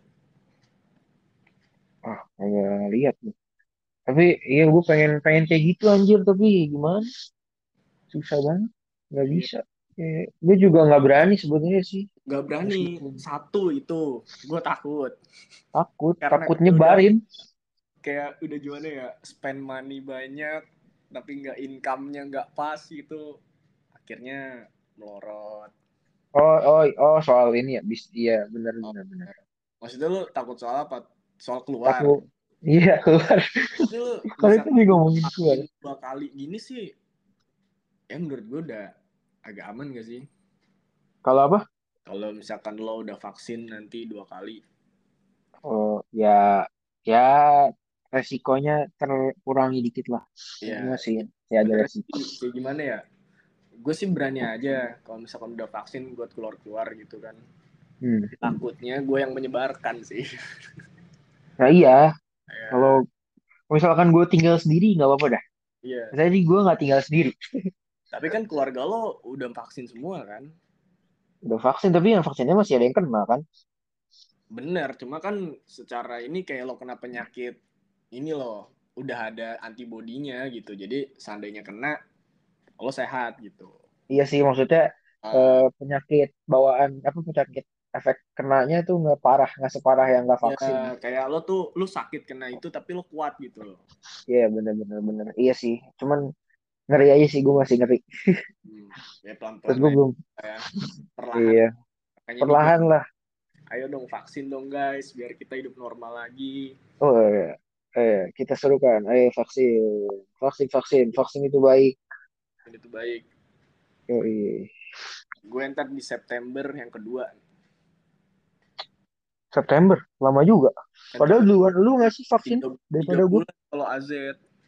Ah, nggak lihat nih. Tapi iya gue pengen pengen kayak gitu anjir, tapi gimana? Susah banget. Nggak Iya. bisa. Eh, gue juga nggak berani sebenarnya sih. Gak berani. Meskipun Satu itu gue takut. takut, Karena takut kayak udah nyebarin. kayak udah gimana ya, spend money banyak tapi nggak income-nya nggak pas gitu. Akhirnya melorot. Oh, oh, oh, soal ini ya, bis, iya, benar, Oh, benar, benar. maksudnya lu takut soal apa? Soal keluar. Takut, iya keluar. Maksudnya lu Kalau itu misalkan nih udah ngomongin keluar. vaksin dua kali gini sih, ya menurut gue udah agak aman gak sih? Kalau apa? Kalau misalkan lo udah vaksin nanti dua kali, Oh, ya, ya, resikonya terkurangi dikit lah. ya Ini masih, masih ada sebenarnya resiko. sih kayak gimana ya? Gue sih berani aja kalau misalkan udah vaksin buat keluar-keluar gitu kan. Hmm. Takutnya gue yang menyebarkan sih. Nah iya, kalau Ya, misalkan gue tinggal sendiri nggak apa-apa dah. iya. Misalnya nih gue nggak tinggal sendiri, Tapi kan keluarga lo udah vaksin semua kan? udah vaksin tapi yang vaksinnya masih ada yang kena kan? Bener, cuma kan secara ini kayak lo kena penyakit ini loh, udah ada antibodinya gitu. Jadi seandainya kena, lo sehat gitu. Iya sih maksudnya eh, Uh, penyakit bawaan apa penyakit efek kenanya tuh nggak parah nggak separah yang nggak ya vaksin. kayak lo tuh lo sakit kena itu tapi lo kuat gitu loh. Iya bener bener bener. Iya sih. Cuman ngeri aja sih gue masih ngeri. Hmm, ya Terus pelan-pelan gue aja belum. ya, perlahan. Iya. Makanya nih gue, Perlahan lah. ayo dong vaksin dong guys, biar kita hidup normal lagi. Oh iya. Eh, kita serukan. Ayo vaksin. Vaksin vaksin. Vaksin itu baik. Ini tuh baik. Yoi. Gue ntar di September yang kedua. September. Lama juga. Kan Padahal tiga, duluan lu nggak sih vaksin tiga, tiga daripada gue. bulan kalau A Z.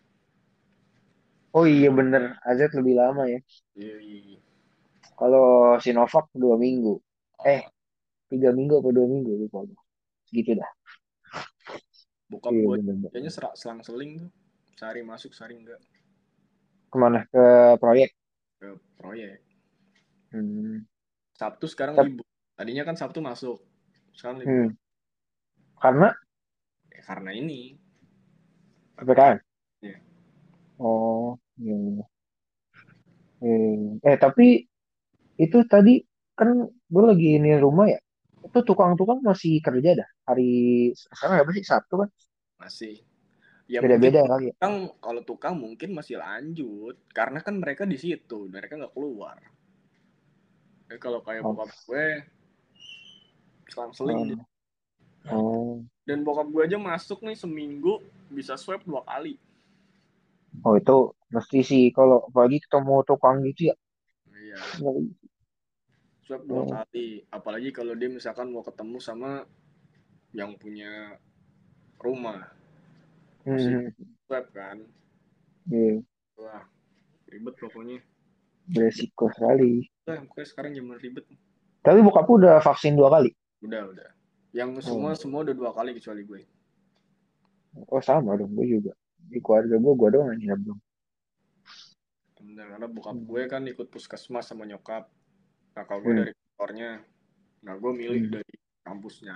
Oh iya bener. A Z lebih lama ya. Iya, iya. Kalau Sinovac dua minggu. Eh Oh, tiga minggu apa dua minggu lupa gue. Segitu dah. bokap Iya gue bener kayaknya bener. selang-seling tuh. Sehari masuk, sehari enggak. Kemana? Ke proyek. Ke proyek. Hmm. Sabtu sekarang Tep- libur. Tadinya kan Sabtu masuk. Sekarang libur. hmm. Karena Ya, karena ini P P K M. P P K M. Ya. Oh, iya, iya. Hmm. Eh, tapi itu tadi kan gue lagi ini rumah ya. Itu tukang-tukang masih kerja dah. Hari sekarang apa sih? Sabtu kan? Masih. Ya mungkin Beda-beda kali ya. tukang, kalau tukang mungkin masih lanjut. Karena kan mereka di situ. Mereka nggak keluar. Tapi kalau kayak Oh, bokap gue, selang-seling dia. oh, oh. Dan bokap gue aja masuk nih seminggu bisa swab dua kali. Oh, itu mesti sih kalau pagi ketemu tukang gitu ya. Iya, Ngeri. swab dua Oh, kali. Apalagi kalau dia misalkan mau ketemu sama yang punya rumah. Mesti hmm, swab kan. iya. Wah, ribet pokoknya. Beresiko sekali. Nah, pokoknya sekarang zaman ribet. Tapi bokapku udah vaksin dua kali. Udah, udah. Yang semua Oh, semua udah dua kali kecuali gue. oh sama dong, gue juga. Di keluarga gue, gue doang yang belum. Bener, karena bokap gue Hmm. kan ikut puskesmas sama nyokap. Kakak gue Hmm. dari kantornya. Nah, gue milih Hmm. dari kampusnya.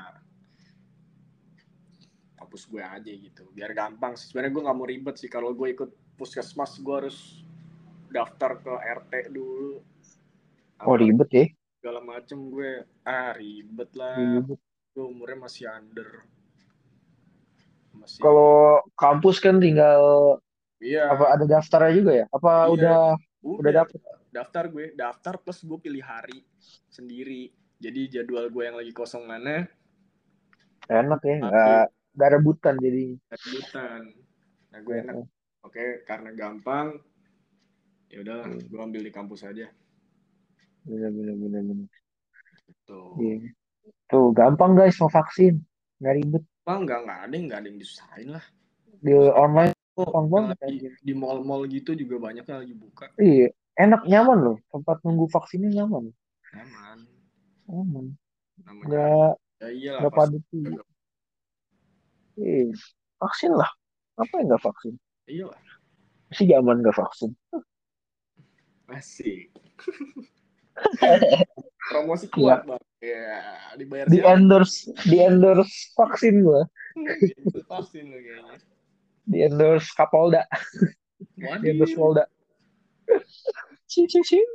Kampus gue aja gitu. Biar gampang sih. Sebenarnya gue nggak mau ribet sih. Kalau gue ikut puskesmas, gue harus daftar ke R T dulu. Oh Apalagi ribet ya. segala macem gue. Ah, ribet lah. Ribet. Gue umurnya masih under. Kalau Masih, kampus kan tinggal apa iya, ada daftarnya juga ya? Apa iya. udah udah Udah, dapet? daftar gue. Daftar plus gue pilih hari sendiri. Jadi jadwal gue yang lagi kosong mana, Enak ya, nggak ambil. gak rebutan jadi. rebutan. Nah gue enak, Heeh, oke karena gampang, ya udahlah iya, gue ambil di kampus aja. bener bener bener bener. Tuh. Iya. Tuh gampang guys mau vaksin, nggak ribet. Wah nggak nggak ada nggak ada yang disusahin lah. Di online Oh gampang yang banget lagi anjir. di mall-mall gitu juga banyak yang lagi buka. Iya, enak nyaman loh. Tempat nunggu vaksinnya nyaman. Nyaman. Nyaman. Namanya Nggak ya iyalah nggak pas padat juga. Iya, vaksin lah. Apa yang nggak vaksin? iyalah Masih zaman nggak vaksin. masih promosi kuat Ya, banget ya, dibayar di siapa? endorse, di endorse vaksin gua. Itu vaksin lo kayaknya. Di endorse Kapolda, di endorse Waduh. Polda. Ciu, ciu, ciu.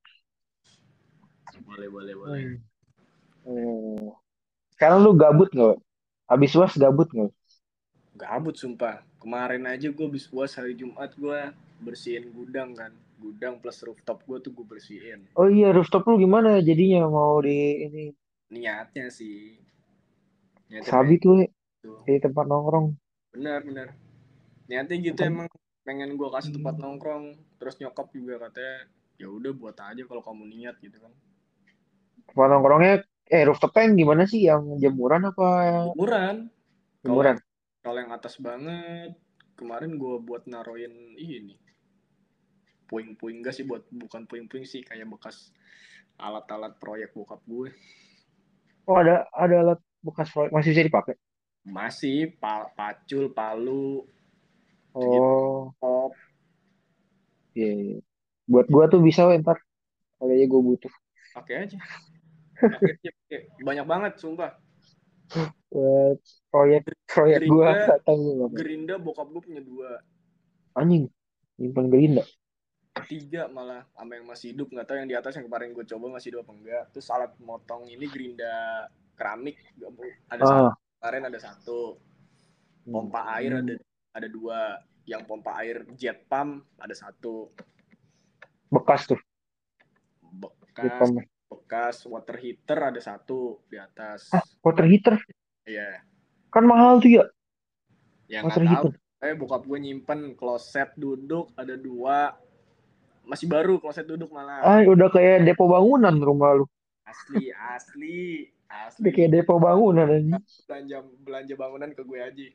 Boleh boleh boleh. Hmm. Hmm. Sekarang lu gabut nggak? Habis U A S gabut nggak? Gabut sumpah. Kemarin aja gue bis puas hari Jumat gue bersihin gudang kan. Gudang plus rooftop gue tuh gue bersihin. Oh iya, rooftop lu gimana jadinya mau di ini Niatnya sih. Niatnya pengen sabit tuh gitu. di tempat nongkrong. Bener bener. Niatnya gitu Tempat, emang pengen gue kasih tempat hmm, nongkrong. Terus nyokap juga katanya ya udah buat aja kalau kamu niat gitu kan. tempat nongkrongnya eh rooftopnya yang gimana sih? Yang jemuran apa Jemuran. Kalau yang jemuran? kalau yang atas banget kemarin gue buat naruhin ini puing-puing gak sih buat bukan puing-puing sih kayak bekas alat-alat proyek bokap gue. Oh ada ada alat bekas proyek masih bisa dipakai. Masih pa, pacul palu gitu Oh pop iya, iya. Buat gua tuh bisa weh, ntar kalau aja gua butuh. pakai aja pakai aja pakai. Banyak banget sumpah. Buat proyek proyek gua Gerinda nggak tahu gua ngapain. Gerinda bokap gue punya dua Anjing, nyimpan gerinda. tiga malah sama yang masih hidup nggak tahu yang di atas yang kemarin gue coba masih hidup apa enggak. Terus alat motong ini gerinda keramik ada satu Ah, kemarin ada satu. hmm. Pompa air ada ada dua, yang pompa air jet pump ada satu. Bekas tuh bekas Jepang. bekas water heater ada satu di Ah, atas. water heater Iya. kan mahal tuh ya, Ya nggak water tahu. heater. Eh bokap gue nyimpen kloset duduk ada dua, masih baru kloset duduk malah. Ah, udah kayak depo bangunan rumah lu. Asli asli Udah asli. kayak depo bangunan anjing. belanja belanja bangunan ke gue aja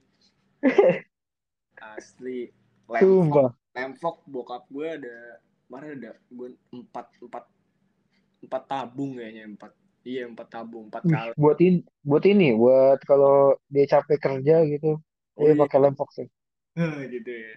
asli. lemfok Sumpah. lemfok bokap gue ada mana ada gue empat empat empat tabung kayaknya empat. Iya empat tabung empat Wih, kali. buat ini, buat ini, buat kalau dia capek kerja gitu, Oh dia iya pakai lem fox ya. gitu ya.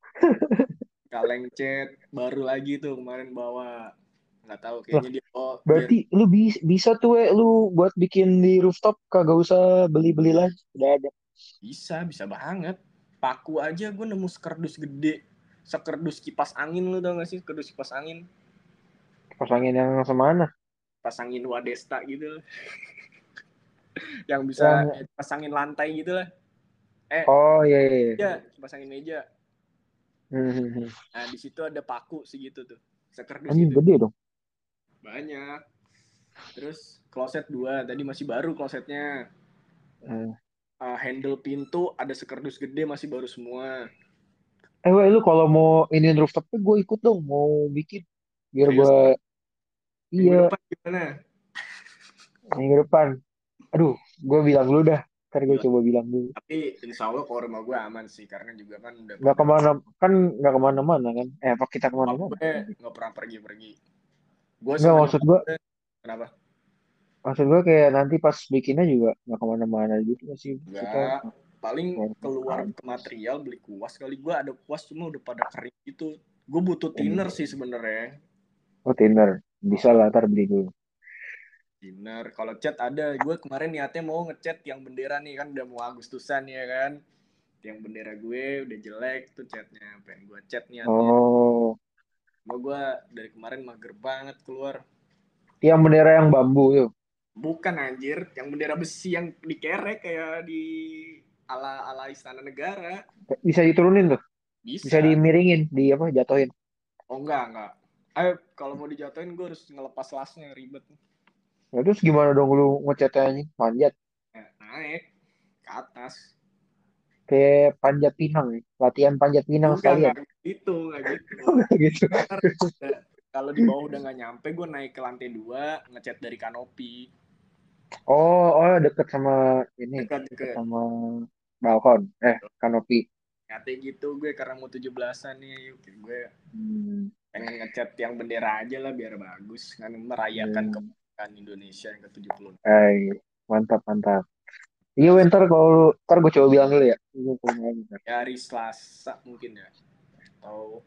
Kaleng cat baru lagi tuh kemarin bawa, nggak tahu Lah, kayaknya dia oh biar berarti lu bis, bisa tuh we, lu buat bikin di rooftop kagak usah beli-beli lagi, udah ada. bisa bisa banget. Paku aja gue nemu sekerdus gede, sekerdus kipas angin, lu tau gak sih sekerdus kipas angin, Pasangin yang semana? kipas angin Wadesta gitu yang bisa Yang, eh, pasangin lantai gitu lah. eh oh iya iya, iya. ya kipas angin meja. Hmm, hmm, hmm. Nah di situ ada paku segitu tuh, sekerdus Anjing itu gede dong. banyak. Terus kloset dua tadi masih baru klosetnya. Hmm. Uh, handle pintu ada sekerdus gede masih baru semua. Eh we, lu kalau mau ini rooftopnya gue ikut dong, mau bikin biar gue Serius minggu iya depan gimana? minggu depan. Aduh, gue bilang dulu dah. Ntar gue Bilang. coba bilang dulu. Tapi insya Allah kalau rumah gue aman sih karena juga kan udah Nggak pada kemana, kan nggak kemana-mana kan? Eh, apa kita bokap kemana-mana? gue nggak pernah pergi-pergi. Gue Nggak sama maksud nyokap gue, gue kenapa? maksud gue kayak nanti pas bikinnya juga nggak kemana-mana gitu masih kita Enggak, paling keluar keluar. ke material beli kuas kali. Gue ada kuas cuma udah pada kering gitu. Gue butuh Hmm. thinner sih sebenarnya. Oh, Tinder. Bisa Oh, lah, ntar beli dulu. thinner. Kalau cat ada. Gue kemarin niatnya mau ngecat yang bendera nih kan udah mau Agustusan ya kan. Yang bendera gue udah jelek tuh catnya. Pengen gue cat niatnya. Oh, Cuma gue dari kemarin mager banget keluar. yang bendera yang bambu tuh. Bukan anjir, yang bendera besi yang dikerek kayak di ala ala istana negara. Bisa diturunin tuh. Bisa Bisa. dimiringin, di apa, jatuhin. Oh enggak, enggak. Eh, kalau mau dijatuhin gue harus ngelepas lasnya ribet. Ya, terus gimana dong lu ngecatnya anjing? Manjat. Nah, naik ke atas. kayak panjat pinang ya. Latihan panjat pinang Enggak, sekalian. enggak gitu, enggak gitu. Gitu. Ntar udah- kalau di bawah udah nggak nyampe, gue naik ke lantai dua, ngecat dari kanopi. Oh, oh deket sama ini, deket Dekat-dekat. sama balkon. Eh, kanopi. Katanya gitu gue karena mau tujuh belasan nih. Gue Hmm, pengen ngecat yang bendera aja lah biar bagus. Kan merayakan hmm. kemerdekaan Indonesia yang ke tujuh puluh. Eh, mantap, mantap. Iya, Terus ntar kalau lu- ntar gue coba bilang dulu ya. Gue punya ini, ntar. ya hari Selasa mungkin ya. Atau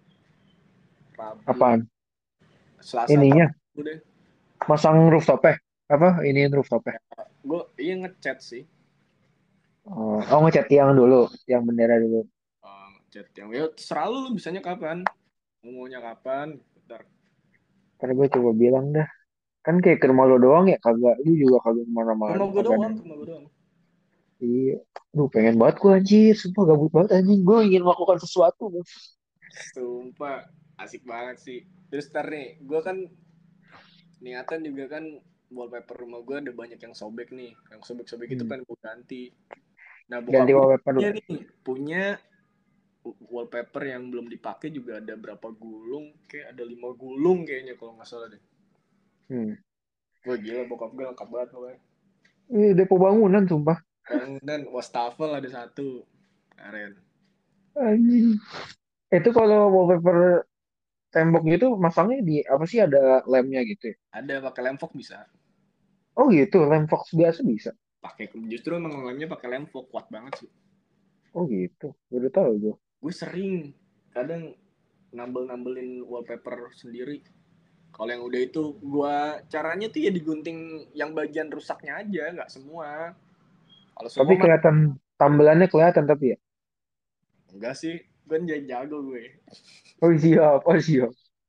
Rabu. Apaan? Selasa atau Ininya, Rabu deh. masang rooftopnya. Apa? Ini rooftopnya. Ya, gue iya ngecat sih. Oh, oh ngecat tiang dulu, tiang bendera dulu. Oh, ngecat yang ya terserah lu, lu bisanya kapan. Mau maunya kapan. Bentar. Ntar gue coba bilang dah. Kan kayak ke rumah lo doang ya, kagak. Lu juga kagak kemana-mana, Rumah gue kagak ada. doang, rumah gue doang. Iya. Duh, pengen banget gue anjir. Sumpah gabut banget anjing. Gue ingin melakukan sesuatu. Bos. Sumpah asik banget sih. Terus ntar nih, gue kan niatan juga kan wallpaper rumah gue ada banyak yang sobek nih. Yang sobek-sobek itu Hmm. kan gue ganti. Nah bokap Ganti gue wallpaper punya lo. nih, punya wallpaper yang belum dipakai juga ada berapa gulung, kayak ada lima gulung kayaknya kalau nggak salah deh. Hmm. Gue gila bokap gue lengkap banget pokoknya. Ini depo bangunan sumpah. Bangunan wastafel ada satu, keren. Anjing. Itu kalau wallpaper tembok gitu masangnya di apa sih ada lemnya gitu ya? Ada pakai lem fox bisa. Oh gitu, lem fox biasa bisa. Pakai justru emang lemnya pakai lem fox kuat banget sih. Oh gitu, udah tahu gue. Gue sering kadang nambel-nambelin wallpaper sendiri. Kalau yang udah itu gua caranya tuh ya digunting yang bagian rusaknya aja, nggak semua. Kalau Tapi semua mah kelihatan tambelannya kelihatan tapi ya. enggak sih, gue kan jago gue. Oh siap, oh siap.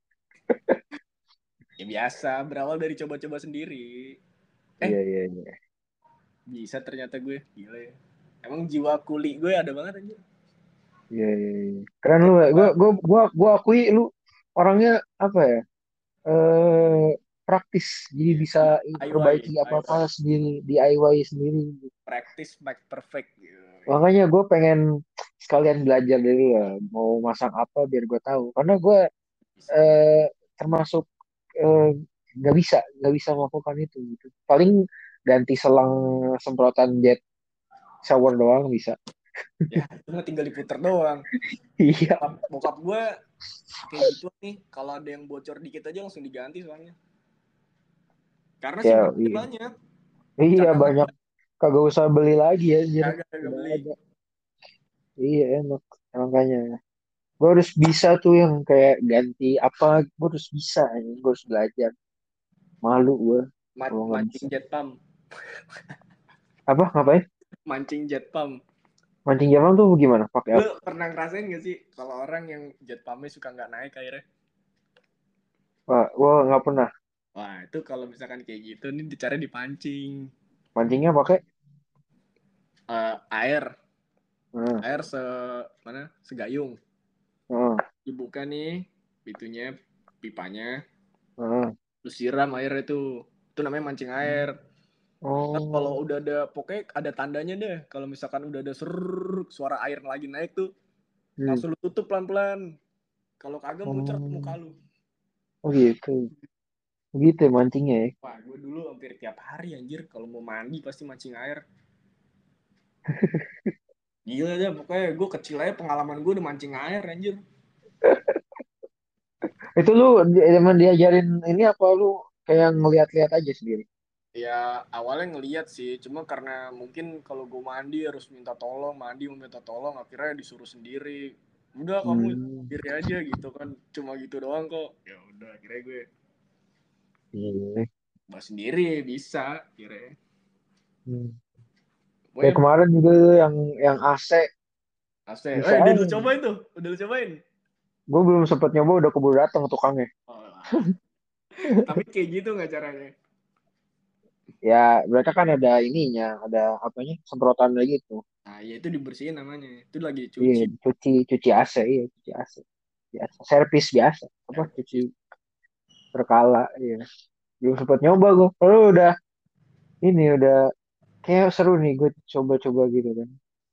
Ya biasa, berawal dari coba-coba sendiri. Eh, Iya iya iya. bisa ternyata gue, gila ya. Emang jiwa kuli gue ada banget aja. Iya iya iya. Keren lu Kayak ya. Gue gua, gue gue gue akui lu orangnya apa ya? Eh praktis. Jadi ya, bisa D I Y, perbaiki apa-apa D I Y, sendiri, D I Y sendiri. practice make perfect gitu. Makanya gue pengen sekalian belajar dari lu ya. Mau masang apa biar gue tahu. Karena gue Bisa. eh, termasuk eh, nggak bisa nggak bisa melakukan itu gitu. Paling ganti selang semprotan jet shower doang bisa. Ya, itu mah tinggal diputer doang. Iya. Bokap, bokap gue kayak gitu nih, kalau ada yang bocor dikit aja langsung diganti soalnya. Karena Ya simpenannya iya. banyak, Iya cadangan banyak kagak usah beli lagi ya anjir. kagak kagak Udah beli. ada. Iya enak. Makanya gue harus bisa tuh yang kayak ganti apa gue harus bisa gue harus belajar. Malu gue Ma- kalau nggak bisa. mancing jet pump, Apa ngapain? mancing jet pump. Mancing Jerman tuh gimana? Pakai Lu apa? pernah ngerasain gak sih kalau orang yang jet pumpnya suka nggak naik airnya? Wah, gue nggak pernah. Wah itu kalau misalkan kayak gitu nih cara dipancing. Mancingnya pakai. Eh, air, Nah, air se mana segayung. nah, Dibuka nih pintunya, pipanya, nah. terus siram air itu. Itu namanya mancing air. Ntar kalau Oh, udah ada pokoknya ada tandanya deh. Kalau misalkan udah ada ser suara air lagi naik tuh, hmm. langsung lu tutup pelan-pelan. Kalau kagak muncrat ke muka Oh, lu. oh gitu. Gitu ya mancingnya ya. Wah, gue dulu hampir tiap hari anjir kalau mau mandi pasti mancing air. Gila aja pokoknya gue kecil aja pengalaman gue udah mancing air anjir. Itu lu di- emang diajarin ini apa lu kayak ngeliat-liat aja sendiri? Ya awalnya ngeliat sih, cuma karena mungkin kalau gue mandi harus minta tolong, mandi mau minta tolong, akhirnya disuruh sendiri. Udah kamu Hmm. sendiri aja gitu kan, cuma gitu doang kok. Ya udah akhirnya gue Iya. bahas sendiri bisa akhirnya. Hmm. Kayak Pokoknya kemarin juga tuh yang yang A C A C. bisa Eh, udah aja. lu cobain tuh, udah lu cobain. Gue belum sempet nyoba udah keburu datang tukangnya. Oh, tapi kayak gitu nggak caranya? Ya mereka kan ada ininya, ada apanya semprotan lagi gitu. Nah, ya itu dibersihin namanya. Itu lagi Iya, cuci. cuci cuci A C, iya cuci A C. Biasa, servis biasa. Apa cuci Servis. berkala, iya. Belum sempet nyoba gue. Kalau udah ini udah kayak seru nih gue coba-coba gitu kan.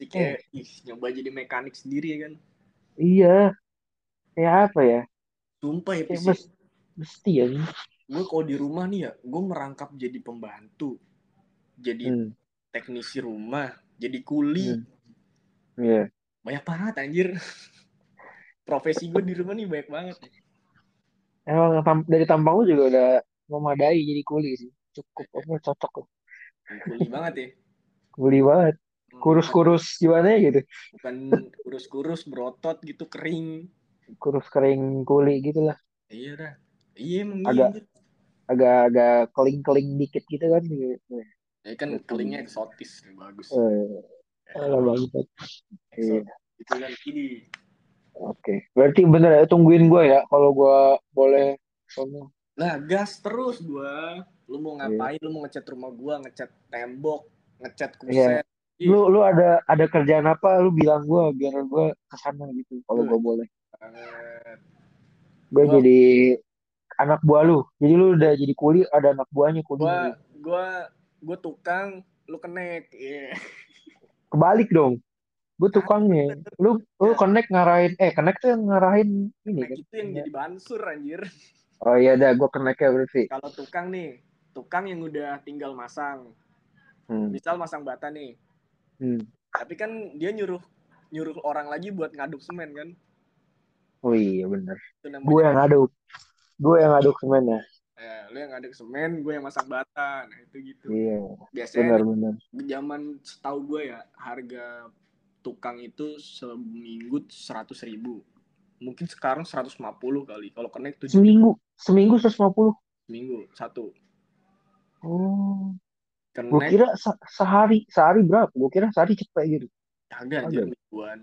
kayak ih, nyoba jadi mekanik sendiri ya kan. Iya, kayak apa ya? Sumpah ya Kayak Pis ya. mes, mesti ya. Gue kalau di rumah nih ya, gue merangkap jadi pembantu, jadi Hmm, teknisi rumah, jadi kuli. hmm, iya. Banyak banget anjir. Profesi gue di rumah nih banyak banget. Emang tam- dari tampang lu juga udah memadai jadi kuli sih. Cukup apa cocok lah. Kuli banget ya. Kuli banget. Bukan Kurus-kurus gimana ya gitu. bukan kurus-kurus berotot gitu kering. Kurus kering kuli gitu lah. Iya dah. Iya emang iya Agak anjir. agak agak keling-keling dikit gitu kan gitu. Ya kan Udah kuli. kelingnya eksotis, bagus. Eh, Ya, alah banget. Iya. eksotis itu kan ini. Oke. Berarti bener ya tungguin gue ya kalau gue boleh sono. Nah, gas terus gua. Lu mau Iya. ngapain? Lu mau ngecat rumah gua, ngecat tembok, ngecat Iya. kusen. Lu Ih, lu ada ada kerjaan apa lu bilang gue biar gue kesana gitu kalau gue gue boleh. banget. Gue Gua jadi anak buah lu. Jadi lu udah jadi kuli, ada anak buahnya kulinya gua gitu. gua gua tukang, lu kenek. Iya. Kebalik dong. Gue tukangnya. Lu lu Yeah. connect ngarahin, eh connect tuh yang ngarahin ini Kenek kan. itu yang jadi bansur anjir. Oh iya dah, gue connectnya berarti. Kalau tukang nih, tukang yang udah tinggal masang. Hmm. Misal masang bata nih. Hmm. Tapi kan dia nyuruh nyuruh orang lagi buat ngaduk semen kan. Oh iya bener. Itu Gue namanya yang tukang. aduk. Gue yang aduk semennya. Eh, lu yang ngaduk semen, gue yang masang bata. Nah, itu gitu. Iya. Biasanya nih Benar-benar. zaman setahu gue ya, harga tukang itu seminggu seratus ribu, mungkin sekarang seratus lima puluh kali, kalau connect tujuh puluh. Seminggu. Seminggu seratus lima puluh. Seminggu satu Oh. Gue connect. kira se- sehari. Sehari berapa? Gue kira sehari cepet gitu. Agak anjir Agak. mingguan.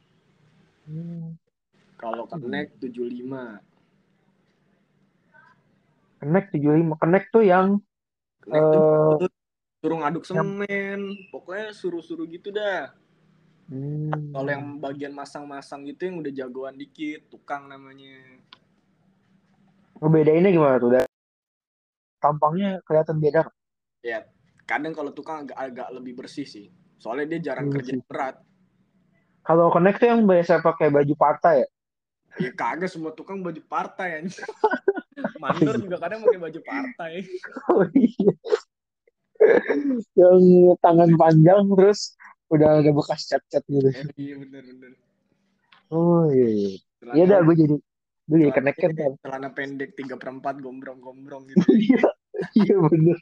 Hmm. Kalau Hmm. connect tujuh puluh lima. Connect tujuh puluh lima. Connect tuh yang Connect tuh eh suruh ngaduk yang semen, pokoknya suruh-suruh gitu dah. Kalau yang hmm. bagian masang-masang gitu yang udah jagoan dikit, tukang namanya. Ngebedainnya gimana tuh? Dan tampangnya kelihatan beda nggak? Ya kadang kalau tukang agak agak lebih bersih sih, soalnya dia jarang Hmm, kerja sih. berat. Kalau connect tuh yang biasa pakai baju partai ya? Ya kagak semua tukang baju partai ya. Mandor juga kadang pakai baju partai. Oh iya. Yang tangan panjang terus udah ada bekas cat-cat gitu. Eh, iya bener-bener. Oh iya iya. Iya Celana dah gue jadi gue jadi connect kan. celananya celana pendek tiga per empat gombrong-gombrong gitu ya. Iya iya bener.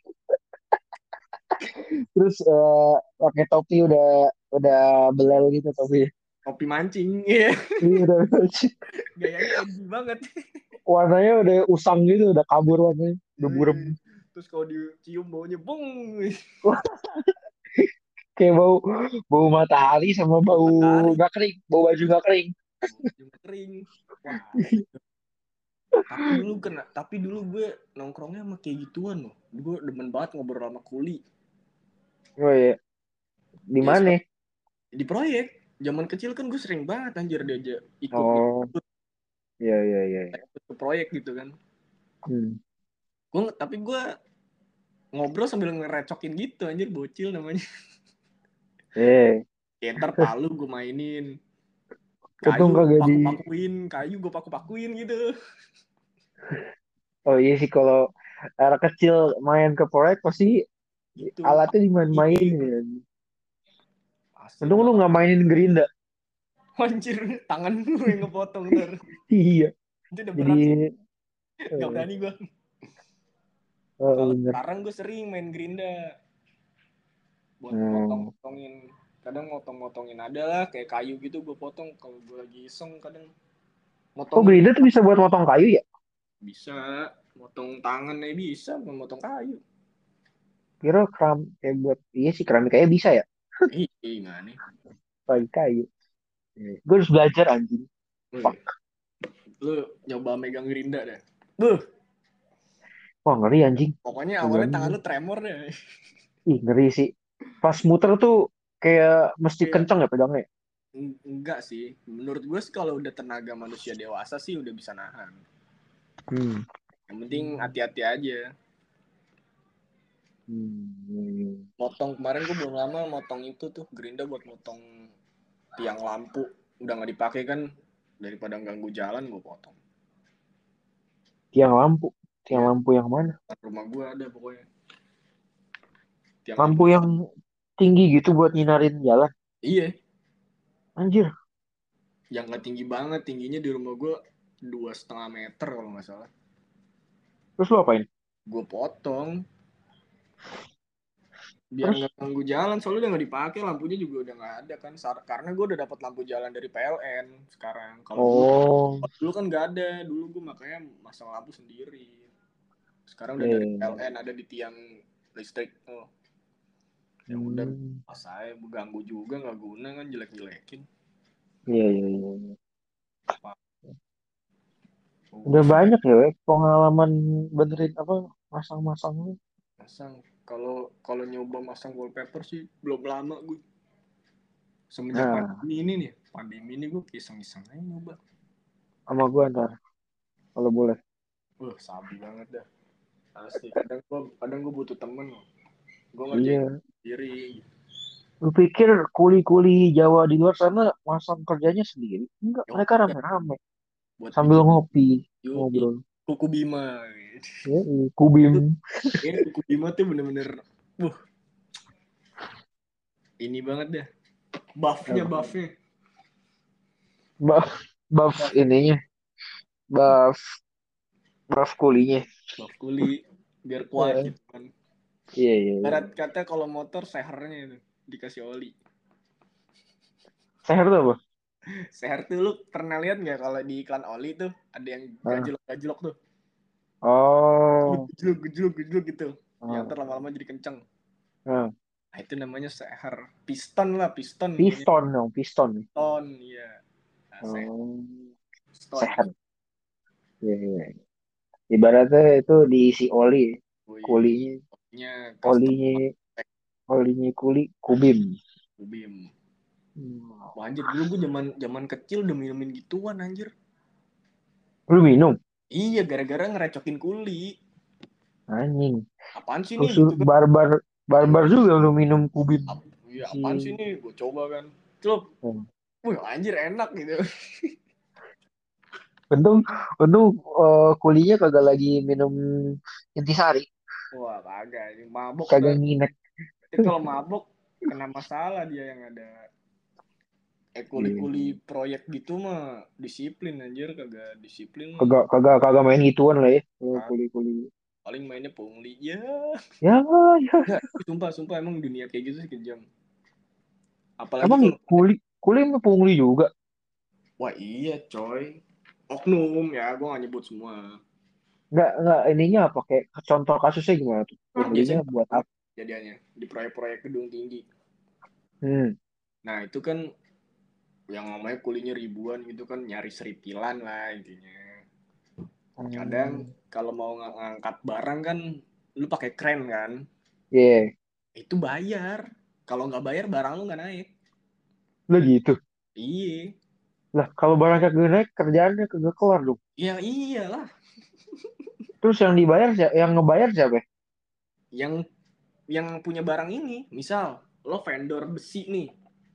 Terus eh, pakai topi udah udah belel gitu topi. Kopi mancing, iya. Iya udah Gayanya edgy banget. warnanya udah usang gitu, udah kabur warnanya, udah burem. Terus kalau dicium baunya bung. Wah, kayak bau bau matahari sama Bau bau matahari, nggak kering, bau baju nggak kering. bau kering. Wah, tapi dulu kena, tapi dulu gue nongkrongnya sama kayak gituan loh. Gue demen banget ngobrol sama kuli. Oh iya, di Ya mana? di proyek. Zaman kecil kan gue sering banget anjir diajak ikut Oh iya iya iya. Iya. ikut ke proyek gitu kan. Hmm. Gue tapi gue ngobrol sambil ngerecokin gitu anjir, bocil namanya. Eh, Ya ntar palu gue mainin, untung kayu kagak di. paku-pakuin, kayu gue paku-pakuin gitu. Oh iya sih kalau anak kecil main ke proyek pasti Gitu alatnya dimain-main pakuin. gitu. Asli Untung gue lu nggak mainin gerinda. anjir, tangan gue yang ngepotong ntar. Iya. Itu udah Jadi berat sih, gak eh, berani gue. oh, Kalau bener. sekarang gue sering main gerinda buat Hmm. motong-motongin, kadang motong-motongin ada lah kayak kayu gitu gue potong kalau gue lagi iseng, kadang Oh motongin. gerinda tuh bisa buat motong kayu ya? Bisa motong tangan ya, bisa motong kayu. Kira keram kayak buat iya sih keramik kayak bisa ya? Ih gimana nih. Pakai kayu. Gue harus belajar anjing. Fuck. Wih, lu nyoba megang gerinda deh. Buh, Wah ngeri anjing. pokoknya Gak awalnya berani tangan gue. lu tremor deh. Ih ngeri sih. Pas muter tuh kayak mesti Kayak kenceng ya pedangnya. enggak sih. Menurut gue sih kalau udah tenaga manusia dewasa sih udah bisa nahan. Hmm. Yang penting hati-hati aja. Hmm. Motong kemarin gue belum lama motong itu tuh gerinda buat motong tiang lampu udah nggak dipakai kan daripada ganggu jalan gue potong. Tiang lampu. Tiang Iya, lampu yang mana? rumah gue ada pokoknya tiang lampu. Lampu yang tinggi gitu buat nyinarin jalan. Iya, Anjir. yang nggak tinggi banget, tingginya di rumah gue dua setengah meter kalau nggak salah. Terus lu apain? Gue potong biar Terus? nggak ganggu jalan soalnya udah nggak dipakai lampunya juga udah nggak ada kan. Karena gue udah dapat lampu jalan dari P L N sekarang. Kalau dulu Oh. dulu kan nggak ada, dulu gue makanya masang lampu sendiri. Sekarang udah dari Eh. P L N ada di tiang listrik. Oh, ya udah Hmm. pas saya ganggu juga nggak guna kan jelek-jelekin. Iya, iya, iya, iya. Apa? Udah Udah banyak ya, we, pengalaman benerin apa masang-masang lu. masang. Kalau kalau nyoba masang wallpaper sih belum lama gue. Semenjak Nah, pandemi ini nih, pandemi ini gue iseng-iseng aja nyoba. sama gua ntar kalau boleh. Wah, sabi banget dah. Asli, kadang gue kadang gue butuh temen. Gue ngerjain Iya. sendiri. Lu pikir kuli-kuli Jawa di luar sana masang kerjanya sendiri? Enggak, Ya mereka udah, rame-rame buat sambil bikin ngopi, yoi, ngobrol. kuku Bima. Ya, kubim. Itu ya kuku Bima tuh bener-bener, buh, ini banget dah. Buffnya, Apa? buffnya. Buff, buff Buff, ininya, buff, buff kulinya. buff kuli, biar kuat Eh, gitu kan. iya, iya, Barat iya. kata kalau motor sehernya itu dikasih oli. Seher tuh apa? Seher tuh lu pernah lihat nggak kalau di iklan oli tuh ada yang Ah. gajlok-gajlok tuh. Oh. Gejluk, gejluk, gejluk gitu. Yang Ah. ntar lama-lama jadi kenceng. Ah. Nah, itu namanya seher. Piston lah, piston punya Piston dong, piston. piston, iya. Nah, seher, Oh, piston tuh. seher. Iya, iya. Ibaratnya itu diisi oli, Wih, kulinya, nya custom olinya, olinya kuli, kubim. Bim. Hmm. Wah, anjir dulu gue zaman zaman kecil udah minumin gituan anjir. Lu minum? Iya, gara-gara ngerecokin kuli. Anjing. Apaan sih Lu nih sur- gitu kan? barbar, Iya, barbar juga lu minum kubim. ap- iya Si, apaan sih nih? Gue coba kan. Celup. hmm. Wih, anjir enak gitu. Untung, untung eh, kulinya kagak lagi minum intisari, Wah, kagak. Ini mabok udah. kagak nginek. Tapi kalau mabok kena masalah dia yang ada. Eh Iya. kuli-kuli proyek gitu mah disiplin anjir kagak disiplin mah. Kagak, kagak, kagak main gituan lah ya, kalau kuli-kuli. Paling mainnya pungli ya. Ya, ya. Enggak, sumpah sumpah emang dunia kayak gitu sih kejam. Apalagi Emang kalau kuli, kuli mah pungli juga. wah iya coy. Oknum ya, gue gak nyebut semua. Nggak, nggak ininya apa kayak contoh kasusnya gimana tuh? Nah, Punglinya biasanya buat apa? jadiannya di proyek-proyek gedung tinggi. Hmm. Nah itu kan yang namanya kulinya ribuan gitu kan nyari seripilan lah intinya. Kadang Hmm. kalau mau ng- ngangkat barang kan lu pakai kren kan, Iya. itu bayar. Kalau nggak bayar barang lu nggak naik. Lah gitu. Iya, Lah kalau barang kagak naik kerjaannya kagak kelar dong. ya iyalah. Terus yang dibayar siapa? Yang ngebayar siapa? Yang yang punya barang ini, misal lo vendor besi nih,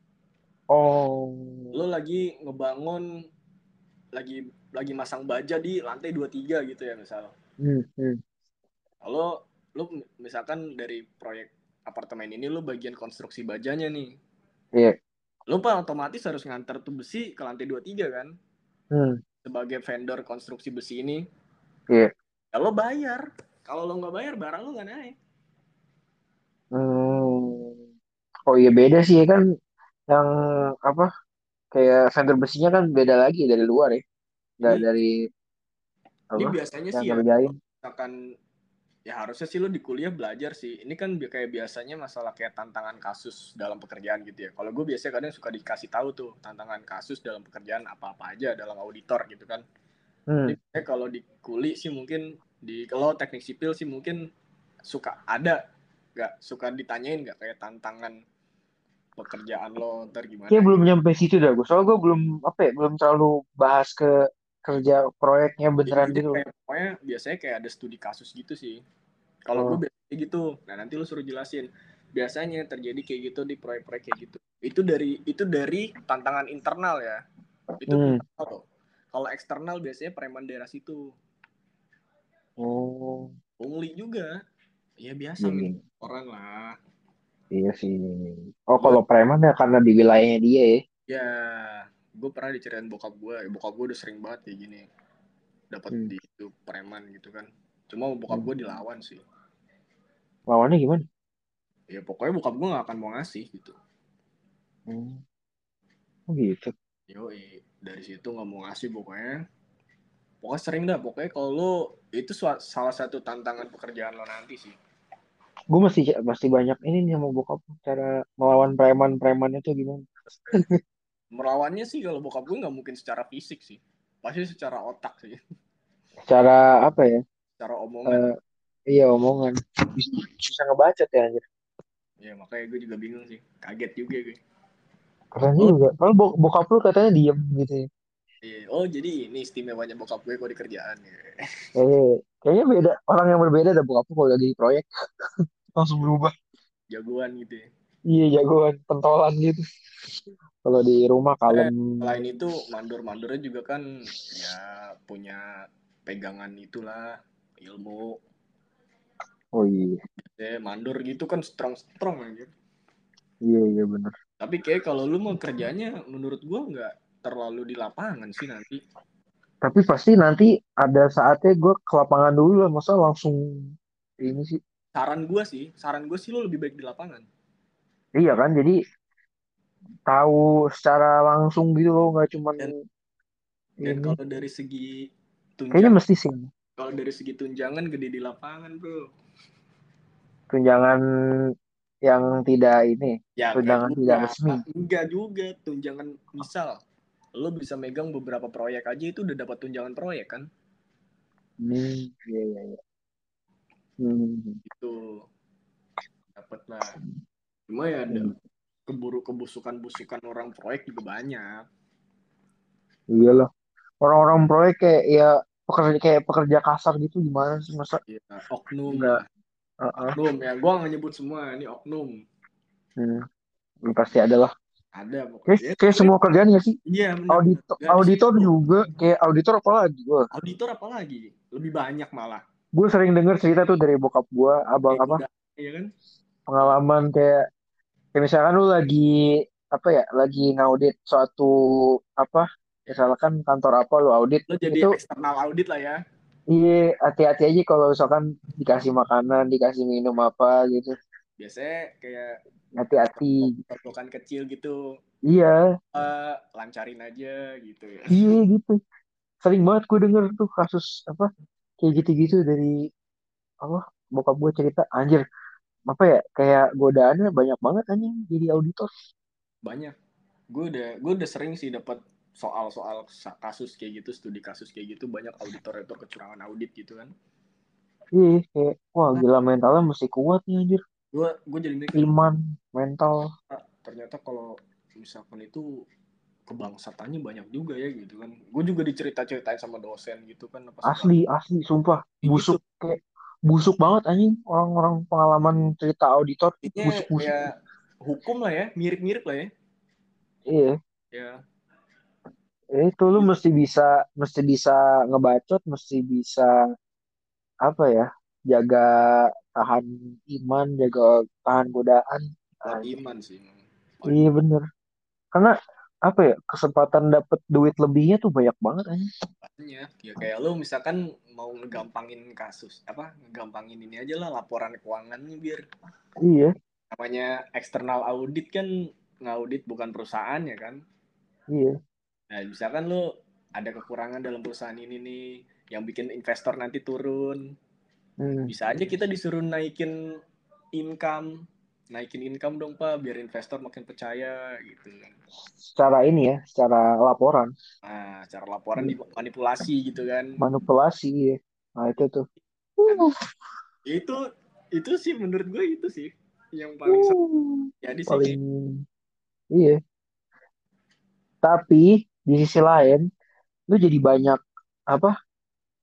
lo Oh. lagi ngebangun, lagi lagi masang baja di lantai dua tiga gitu ya misal. Hmm, hmm. Kalau lo misalkan dari proyek apartemen ini lo bagian konstruksi bajanya nih, Iya. lo pak otomatis harus nganter tuh besi ke lantai dua tiga kan, Hmm. sebagai vendor konstruksi besi ini. Iya. Ya lo bayar. Kalau lo nggak bayar barang lo nggak naik. Hmm. Oh iya beda sih ya kan yang apa kayak vendor besinya kan beda lagi dari luar ya. Nggak Ini dari ini apa biasanya yang sih ya kalau ngerjain. misalkan ya harusnya sih lo di kuliah belajar sih. Ini kan kayak biasanya masalah kayak tantangan kasus dalam pekerjaan gitu ya. Kalau gue biasanya kadang suka dikasih tahu tuh tantangan kasus dalam pekerjaan apa-apa aja dalam auditor gitu kan. Ini Hmm. biasanya kalau di kuli sih mungkin di kalau teknik sipil sih mungkin suka ada nggak suka ditanyain nggak kayak tantangan pekerjaan lo ntar Kayak gimana belum gitu. nyampe situ dah gue. Soalnya gue belum apa ya, belum terlalu bahas ke kerja proyeknya beneran Intinya gitu loh. kayak pokoknya biasanya kayak ada studi kasus gitu sih. Kalau gue Oh, biasanya gitu. Nah nanti lu suruh jelasin. biasanya terjadi kayak gitu di proyek-proyek kayak gitu. Itu dari itu dari tantangan internal ya. Itu Hmm. internal loh. Kalau eksternal biasanya preman daerah situ. Oh, Pungli juga. Ya biasa iya, min iya, orang lah. iya sih. Oh, Gue kalau preman ya karena di wilayahnya dia ya. ya gue pernah diceritain bokap gue. Bokap gue udah sering banget kayak gini. Dapat Hmm. di itu preman gitu kan. Cuma bokap Hmm. gue dilawan sih. Lawannya gimana? Ya pokoknya bokap gue gak akan mau ngasih gitu. Hmm. Oh gitu. Yo, dari situ nggak mau ngasih pokoknya. Pokoknya sering dah. Pokoknya kalau lo itu salah satu tantangan pekerjaan lo nanti sih. Gue masih masih banyak ini nih sama bokap cara melawan preman-preman itu gimana? Melawannya sih kalau bokap gue nggak mungkin secara fisik sih. Pasti secara otak sih. Secara apa ya? Secara omongan. Eh, iya omongan. Bisa, bisa ngebacot ya anjir. Ya makanya gue juga bingung sih. Kaget juga gue. Keren Oh, juga. Kalau bo- bokap lu katanya diem gitu ya. iya. Oh jadi ini istimewanya bokap gue kalau di kerjaan. Ya. Kayaknya, kayaknya beda. Orang yang berbeda ada bokap lu kalau lagi di proyek langsung berubah. Jagoan gitu ya. Iya jagoan pentolan gitu. Kalau di rumah Eh, kalem. selain itu mandor-mandornya juga kan ya punya pegangan itulah ilmu. Oh iya, Ya, mandor gitu kan strong-strong aja. iya iya bener. Tapi kayak kalau lu mau kerjanya menurut gua nggak terlalu di lapangan sih nanti. Tapi pasti nanti ada saatnya gue ke lapangan dulu lah. Masa langsung ini sih. Saran gua sih, saran gua sih lu lebih baik di lapangan. Iya kan, jadi tahu secara langsung gitu loh, nggak cuman Dan dan ini. kalau dari segi Kayaknya tunjang, mesti sih kalau dari segi tunjangan gede di lapangan, Bro. tunjangan yang tidak ini, Ya enggak tunjangan tidak juga, resmi. enggak juga tunjangan misal lu bisa megang beberapa proyek aja itu udah dapat tunjangan proyek kan? Hmm, iya iya iya. Hmm, Itu dapat lah. Cuma ya ada hmm. keburu kebusukan-busukan orang proyek juga banyak. Iyalah. Orang-orang proyek kayak ya pekerja kayak pekerja kasar gitu gimana sih masa Ya, oknum nggak? lah. Uh-uh. Oknum ya, gua nggak nyebut semua ini oknum. Hmm, pasti ada lah. Ada Kayak, pokoknya. Ya, kayak pokoknya semua kerjaan ya sih. iya benar-benar. Auditor, Gak di auditor situ. juga kayak auditor apa lagi? Wah, Auditor apa lagi? Lebih banyak malah. gue sering denger cerita tuh dari bokap gue, abang Kayak apa udah, iya kan? pengalaman kayak kayak misalkan lu lagi apa ya, lagi ngaudit suatu apa, Ya. misalkan kantor apa lu audit Lo jadi itu, eksternal audit lah ya. iya hati-hati aja kalau misalkan dikasih makanan, dikasih minum apa gitu, Biasanya kayak hati-hati. totokan kecil gitu. Gak Iya, apa, lancarin aja gitu ya. iya gitu. Sering banget gue denger tuh kasus apa kayak gitu-gitu dari apa bokap gue cerita anjir, apa ya kayak godaannya banyak banget anjing jadi auditor. Banyak. Gue udah gue udah sering sih dapat soal-soal kasus kayak gitu, studi kasus kayak gitu banyak auditor-auditor kecurangan audit gitu kan. Iya kayak wah Nah, gila mentalnya mesti kuat nih anjir, gue gue jadi mikir iman mental. ah, ternyata kalau misalkan itu kebangsatannya banyak juga ya gitu kan. Gue juga dicerita-ceritain sama dosen gitu kan apa segala. Asli, asli, sumpah. Kayak gitu. Busuk, kayak busuk banget anjing. Orang-orang pengalaman cerita auditor, Intinya busuk-busuk. kayak hukum lah ya, mirip-mirip lah ya. Iya, Ya, itu lu mesti bisa, mesti bisa ngebacot, mesti bisa apa ya, jaga tahan iman, jaga tahan godaan. kuat Anjir. iman sih. Paling Iya bener. Karena apa ya, kesempatan dapet duit lebihnya tuh banyak banget anjing. banyak. Ya kayak lo misalkan mau ngegampangin kasus, apa ngegampangin ini aja lah laporan keuangannya biar Iya, namanya eksternal audit kan ngaudit bukan perusahaan ya kan. iya. Nah, misalkan lo ada kekurangan dalam perusahaan ini nih yang bikin investor nanti turun. Hmm. Bisa aja kita disuruh naikin income, naikin income dong Pak biar investor makin percaya gitu. Secara ini ya, secara laporan. Nah, cara laporan Iya. dimanipulasi gitu kan. Manipulasi, iya. Nah itu tuh. Kan Uh. itu itu sih menurut gue itu sih yang paling seru. Uh, Jadi sih paling kayak iya. Tapi di sisi lain, lu jadi banyak apa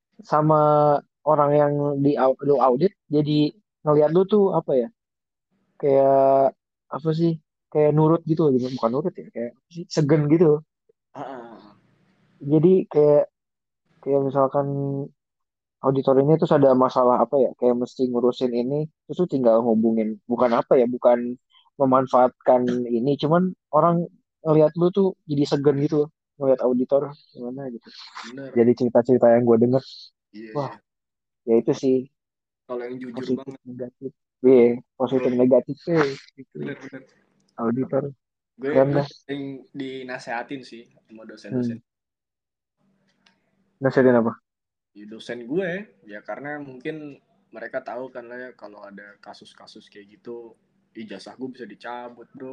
sama orang yang di au- lu audit, jadi ngelihat lu tuh apa ya? kayak apa sih? Kayak nurut gitu loh, gitu. Bukan nurut ya, kayak apa sih? Segen gitu loh. Ah, ah, ah. Jadi kayak kayak misalkan auditor ini terus ada masalah apa ya, kayak mesti ngurusin ini, terus tuh tinggal hubungin, bukan apa ya, bukan memanfaatkan ini, cuman orang ngelihat lu tuh jadi segan gitu loh, ngelihat auditor gimana gitu. Bener. Jadi cerita-cerita yang gue denger, Iya, wah iya. ya itu sih Kalau yang jujur positif banget. negatif. Iya, positif Bro, negatifnya gitu. bener-bener. Auditor Gue keren gue dah. sering dinasehatin sih sama dosen-dosen. Hmm. Nasihatin apa? Ya, dosen gue ya karena mungkin mereka tahu kan lah ya kalau ada kasus-kasus kayak gitu ijazah gue bisa dicabut bro.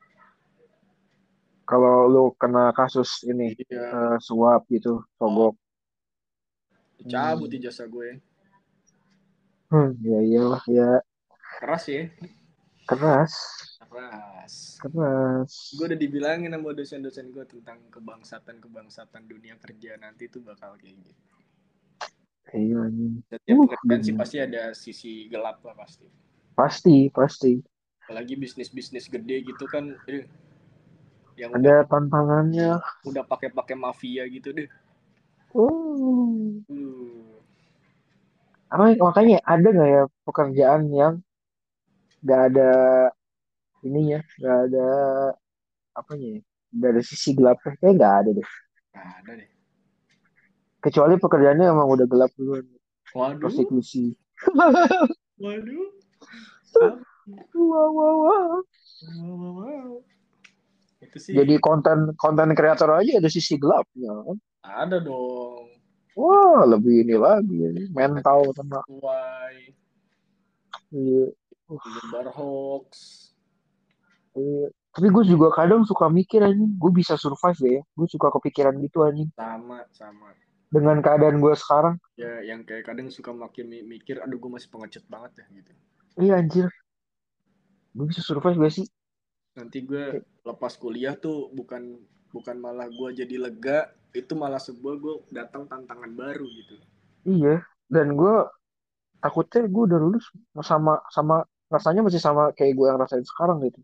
Kalau lu kena kasus ini, Iya. eh, suap gitu, Oh, sogok. dicabut Hmm. ijazah gue. Hmm, ya iyalah ya, Keras ya. keras, Keras. keras. Gue udah dibilangin sama dosen-dosen gue tentang kebangsatan-kebangsatan dunia kerja nanti tuh bakal kayak gitu. Iya, anjing. Setiap Uh, pekerjaan sih dunia. pasti ada sisi gelap lah pasti. Pasti, pasti. Apalagi bisnis-bisnis gede gitu kan, eh, yang udah Ada tantangannya. udah pakai-pakai mafia gitu deh. Uh. Uh, Apa, makanya ada nggak ya pekerjaan yang nggak ada ininya, nggak ada apanya ya, nggak ada sisi gelapnya. Kayak nggak ada deh. nah, ada deh. Kecuali pekerjaannya emang udah gelap duluan. Waduh, Prostitusi. waduh, apa? Wow, wow, wow. Wow, wow, wow. Itu sih Jadi konten konten kreator aja ada sisi gelapnya kan. ada dong. Wah, lebih ini lagi ini. Konten Mental sama. sesuai, Iya. Uh, menyebar hoax. iya. Tapi gue juga kadang suka mikir anjing, gue bisa survive gak ya? Gue suka kepikiran gitu anjing. Sama, sama. Dengan keadaan gue sekarang, Ya, yang kayak kadang suka makin mikir, aduh gue masih pengecut banget ya gitu. iya anjir, gue bisa survive gak sih? Nanti gue Kayak, lepas kuliah tuh bukan bukan malah gue jadi lega, itu malah sebuah gue datang tantangan baru gitu. iya, dan gue takutnya gue udah lulus sama sama rasanya masih sama kayak gue yang rasain sekarang gitu.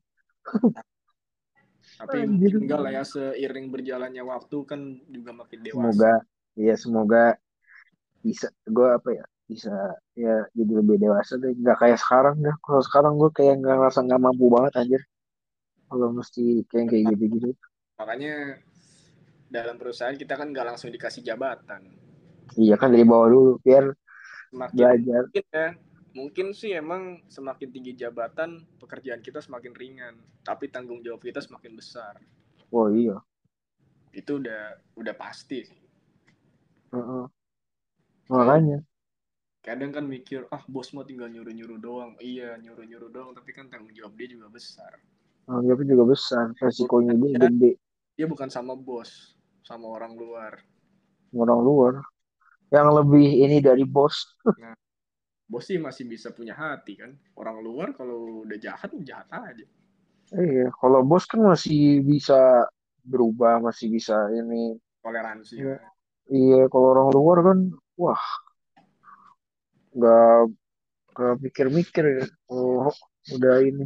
Tapi mungkin Anjir. enggak lah ya seiring berjalannya waktu kan juga makin dewasa. Semoga, ya semoga bisa gue apa ya, bisa ya jadi lebih dewasa deh. Nggak kayak sekarang dah. Kalau sekarang gue kayak nggak ngerasa nggak mampu banget anjir. Kalau mesti kayak kayak gitu-gitu. Makanya dalam perusahaan kita kan nggak langsung dikasih jabatan. Iya kan dari bawah dulu biar Semakin belajar. mungkin ya, mungkin sih emang semakin tinggi jabatan pekerjaan kita semakin ringan, tapi tanggung jawab kita semakin besar. Oh iya. Itu udah udah pasti sih. Heeh. Soalnya Makanya. kadang kan mikir, ah bos mau tinggal nyuruh-nyuruh doang. Iya, nyuruh-nyuruh doang, tapi kan tanggung jawab dia juga besar. Anggapnya juga besar. Resikonya Urusannya dia dia, gede. dia bukan sama bos, sama orang luar. Orang luar. Yang lebih ini dari bos. Nah, bos sih masih bisa punya hati kan. Orang luar kalau udah jahat, jahat aja. Iya. Kalau bos kan masih bisa berubah. Masih bisa ini. Toleransi Ya. kan. Iya. Kalau orang luar kan. Wah. Nggak, nggak mikir-mikir ya. Oh, udah ini.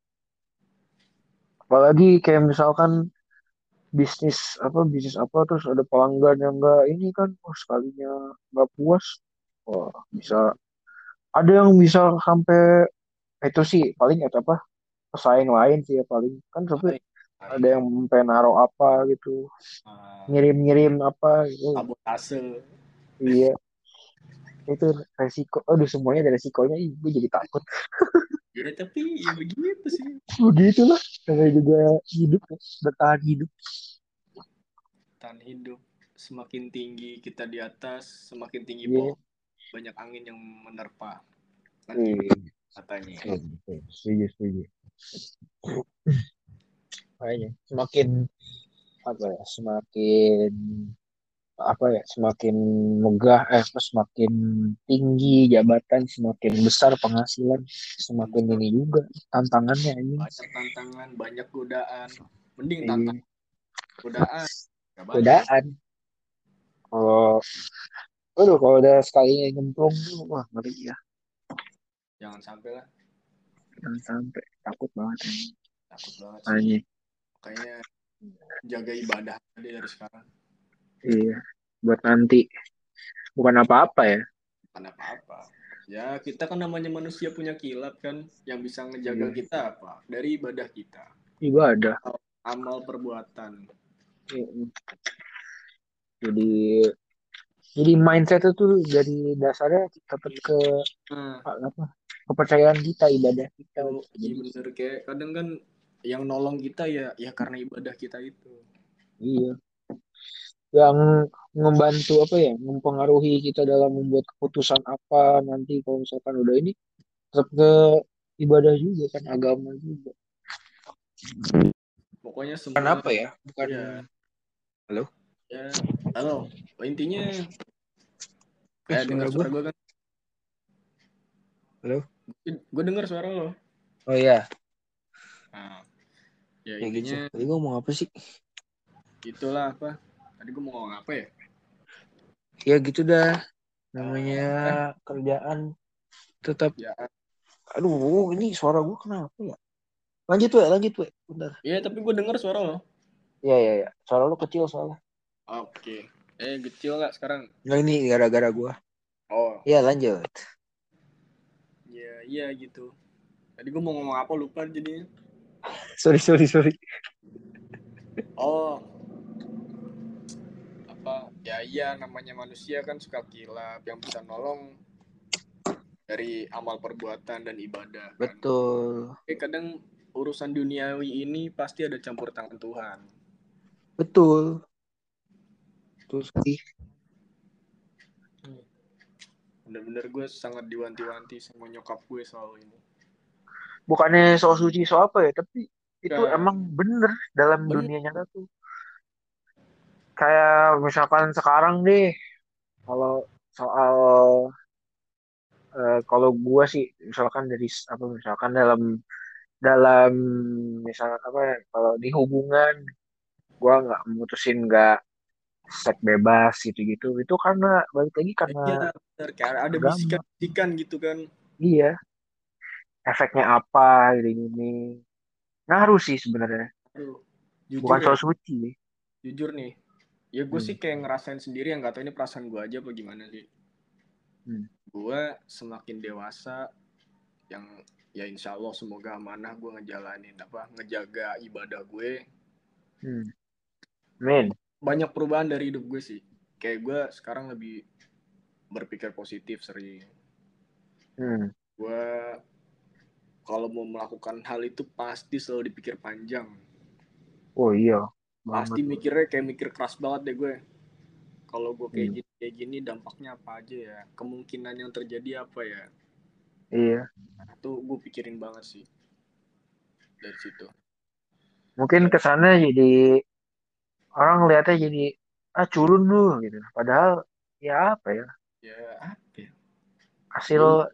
Apalagi kayak misalkan bisnis apa bisnis apa terus ada pelanggan yang enggak ini kan, oh, sekalinya nggak puas, wah bisa ada yang bisa sampai itu sih paling itu apa, pesaing lain sih ya paling kan sampai Lain, ada lain. yang sampai naruh apa gitu, Uh, ngirim-ngirim apa gitu. sabotase. Iya, itu resiko, aduh semuanya ada resikonya. Ih, gue jadi takut. Ya, tapi ya begitu sih. Begitulah namanya juga hidup ya, bertahan hidup. Tahan hidup. Semakin tinggi kita di atas, semakin tinggi Iya. pohon, banyak angin yang menerpa. Kan gitu Iya. katanya. Iya, betul. Setuju, setuju. Makanya semakin apa ya, semakin apa ya, semakin megah, eh apa, semakin tinggi jabatan, semakin besar penghasilan, Makin semakin besar, ini juga tantangannya ini. banyak tantangan, banyak godaan. Mending tantangan Iya, godaan, gak banyak. godaan. Kalau aduh kalau udah sekali nyemplung tuh wah ngeri ya. Jangan sampai lah. Jangan sampai. takut banget. Takut banget sih. Anjing. Makanya jaga ibadah deh dari sekarang. Iya, buat nanti. Bukan apa-apa ya. Bukan apa-apa. Ya kita kan namanya manusia punya kilat kan. Yang bisa ngejaga Iya. kita apa? Dari ibadah kita. Ibadah. Amal, amal perbuatan. Mm-mm. Jadi jadi mindset itu dari dasarnya tetap ke Nah, apa? Kepercayaan kita, ibadah kita yo, gitu. iya Jadi bener kayak kadang kan yang nolong kita ya ya karena ibadah kita itu. iya. Yang membantu apa ya? Mempengaruhi kita dalam membuat keputusan apa nanti kalau misalkan udah ini tetap ke ibadah juga kan agama juga. Pokoknya Bukan semua apa ya? Bukan ya halo? ya halo. Intinya Eh kayak dengar suara gue? suara gue kan. Halo? Gue dengar suara lo. Oh iya, Nah, ya ya gitu. intinya Tadi gue ngomong apa sih? itulah apa. Tadi gue mau ngomong apa ya? Ya gitu dah. Namanya Oh, eh kerjaan tetap. ya. Aduh, ini suara gue kenapa ya? Lanjut we, lanjut we. Bentar. Iya, tapi gue dengar suara lo. Iya, iya, iya. Suara lu kecil soalnya. Oke. Eh, kecil nggak sekarang? Nggak ini gara-gara gue. Oh, Iya, lanjut. iya, iya gitu. Tadi gue mau ngomong apa lupa jadinya. Sorry, sorry, sorry. Oh, apa? Ya iya namanya manusia kan suka kilap yang bisa nolong dari amal perbuatan dan ibadah kan. Betul. Eh kadang urusan duniawi ini pasti ada campur tangan Tuhan. Betul. Betul sekali. Bener-bener gue sangat diwanti-wanti sama nyokap gue soal ini. Bukannya soal suci, soal apa ya, tapi itu Ya, emang bener dalam bener. dunia nyata tuh. Kayak misalkan sekarang deh, kalau soal eh, kalau gua sih misalkan dari s- apa misalkan dalam dalam misalkan apa ya, kalau di hubungan gua nggak memutusin nggak seks bebas gitu-gitu itu karena balik lagi karena Iya, bener. Kayak ada agama. bisikan-bisikan gitu kan. Iya, efeknya apa ini ini ngaruh sih sebenarnya, Aduh, jujur bukan ya, soal suci. jujur nih. Ya gue Hmm. sih kayak ngerasain sendiri yang gak tahu ini perasaan gue aja apa gimana sih. Hmm. Gue semakin dewasa yang ya insya Allah semoga amanah gue ngejalanin apa ngejaga ibadah gue. Hmm. Men. Banyak perubahan dari hidup gue sih. Kayak gue sekarang lebih berpikir positif sering. Hmm. Gue kalau mau melakukan hal itu pasti selalu dipikir panjang. Oh iya Pasti banget. mikirnya kayak mikir keras banget deh gue. Kalau gue kayak Hmm. gini, kayak gini dampaknya apa aja ya? Kemungkinan yang terjadi apa ya? Iya, Nah, itu gue pikirin banget sih dari situ. mungkin kesannya jadi orang ngeliatnya jadi ah culun lu gitu. Padahal ya apa ya Ya apa ya? Ya, hasil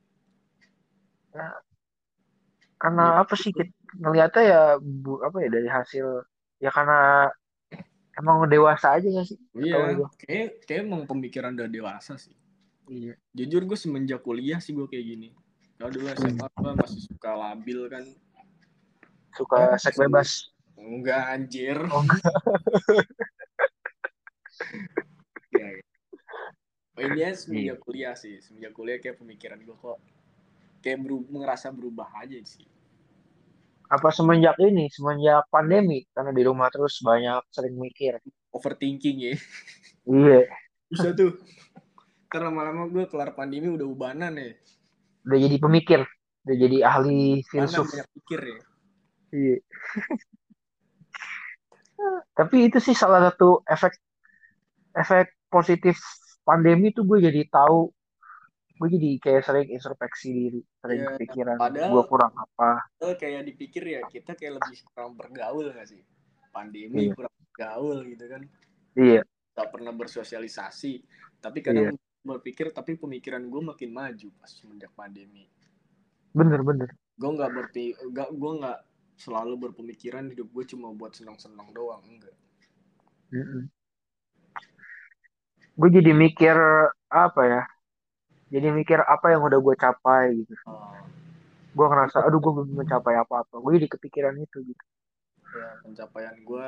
ya, karena ya apa sih kita ngeliatnya ya bu, apa ya dari hasil ya karena emang dewasa aja gak sih? Gak iya, tahu gue. kayak kayak emang pemikiran udah dewasa sih. Iya. Jujur gue semenjak kuliah sih gue kayak gini. Kalau dulu S M A Hmm. gue masih suka labil kan. Suka Ya seks masih bebas. enggak anjir. Oh enggak. Ya, ya. Oh, ini ya Iya. semenjak kuliah sih. Semenjak kuliah kayak pemikiran gue kok kayak berubah, ngerasa berubah aja sih. Apa semenjak ini, semenjak pandemi karena di rumah terus banyak sering mikir. Overthinking ya. Iya, Bisa tuh. Ntar lama-lama gue kelar pandemi udah ubanan ya. udah jadi pemikir, udah jadi ahli Ubanan filsuf. banyak pikir ya. Iya. Tapi itu sih salah satu efek efek positif pandemi tuh gue jadi tahu, gue jadi kayak sering introspeksi diri, sering Ya, kepikiran gue padahal kurang apa. padahal kayak dipikir ya kita kayak lebih kurang bergaul gak sih? Pandemi Iya, kurang bergaul gitu kan. iya, Gak pernah bersosialisasi. Tapi kadang iya, berpikir tapi pemikiran gue makin maju pas semenjak pandemi. bener-bener. Gue nggak berpi gak, gue nggak selalu berpemikiran hidup gue cuma buat senang-senang doang enggak. Gue jadi mikir apa ya? Jadi mikir apa yang udah gue capai gitu. Oh. Gue ngerasa aduh gue belum mencapai apa-apa, gue jadi kepikiran itu gitu. Ya pencapaian gue,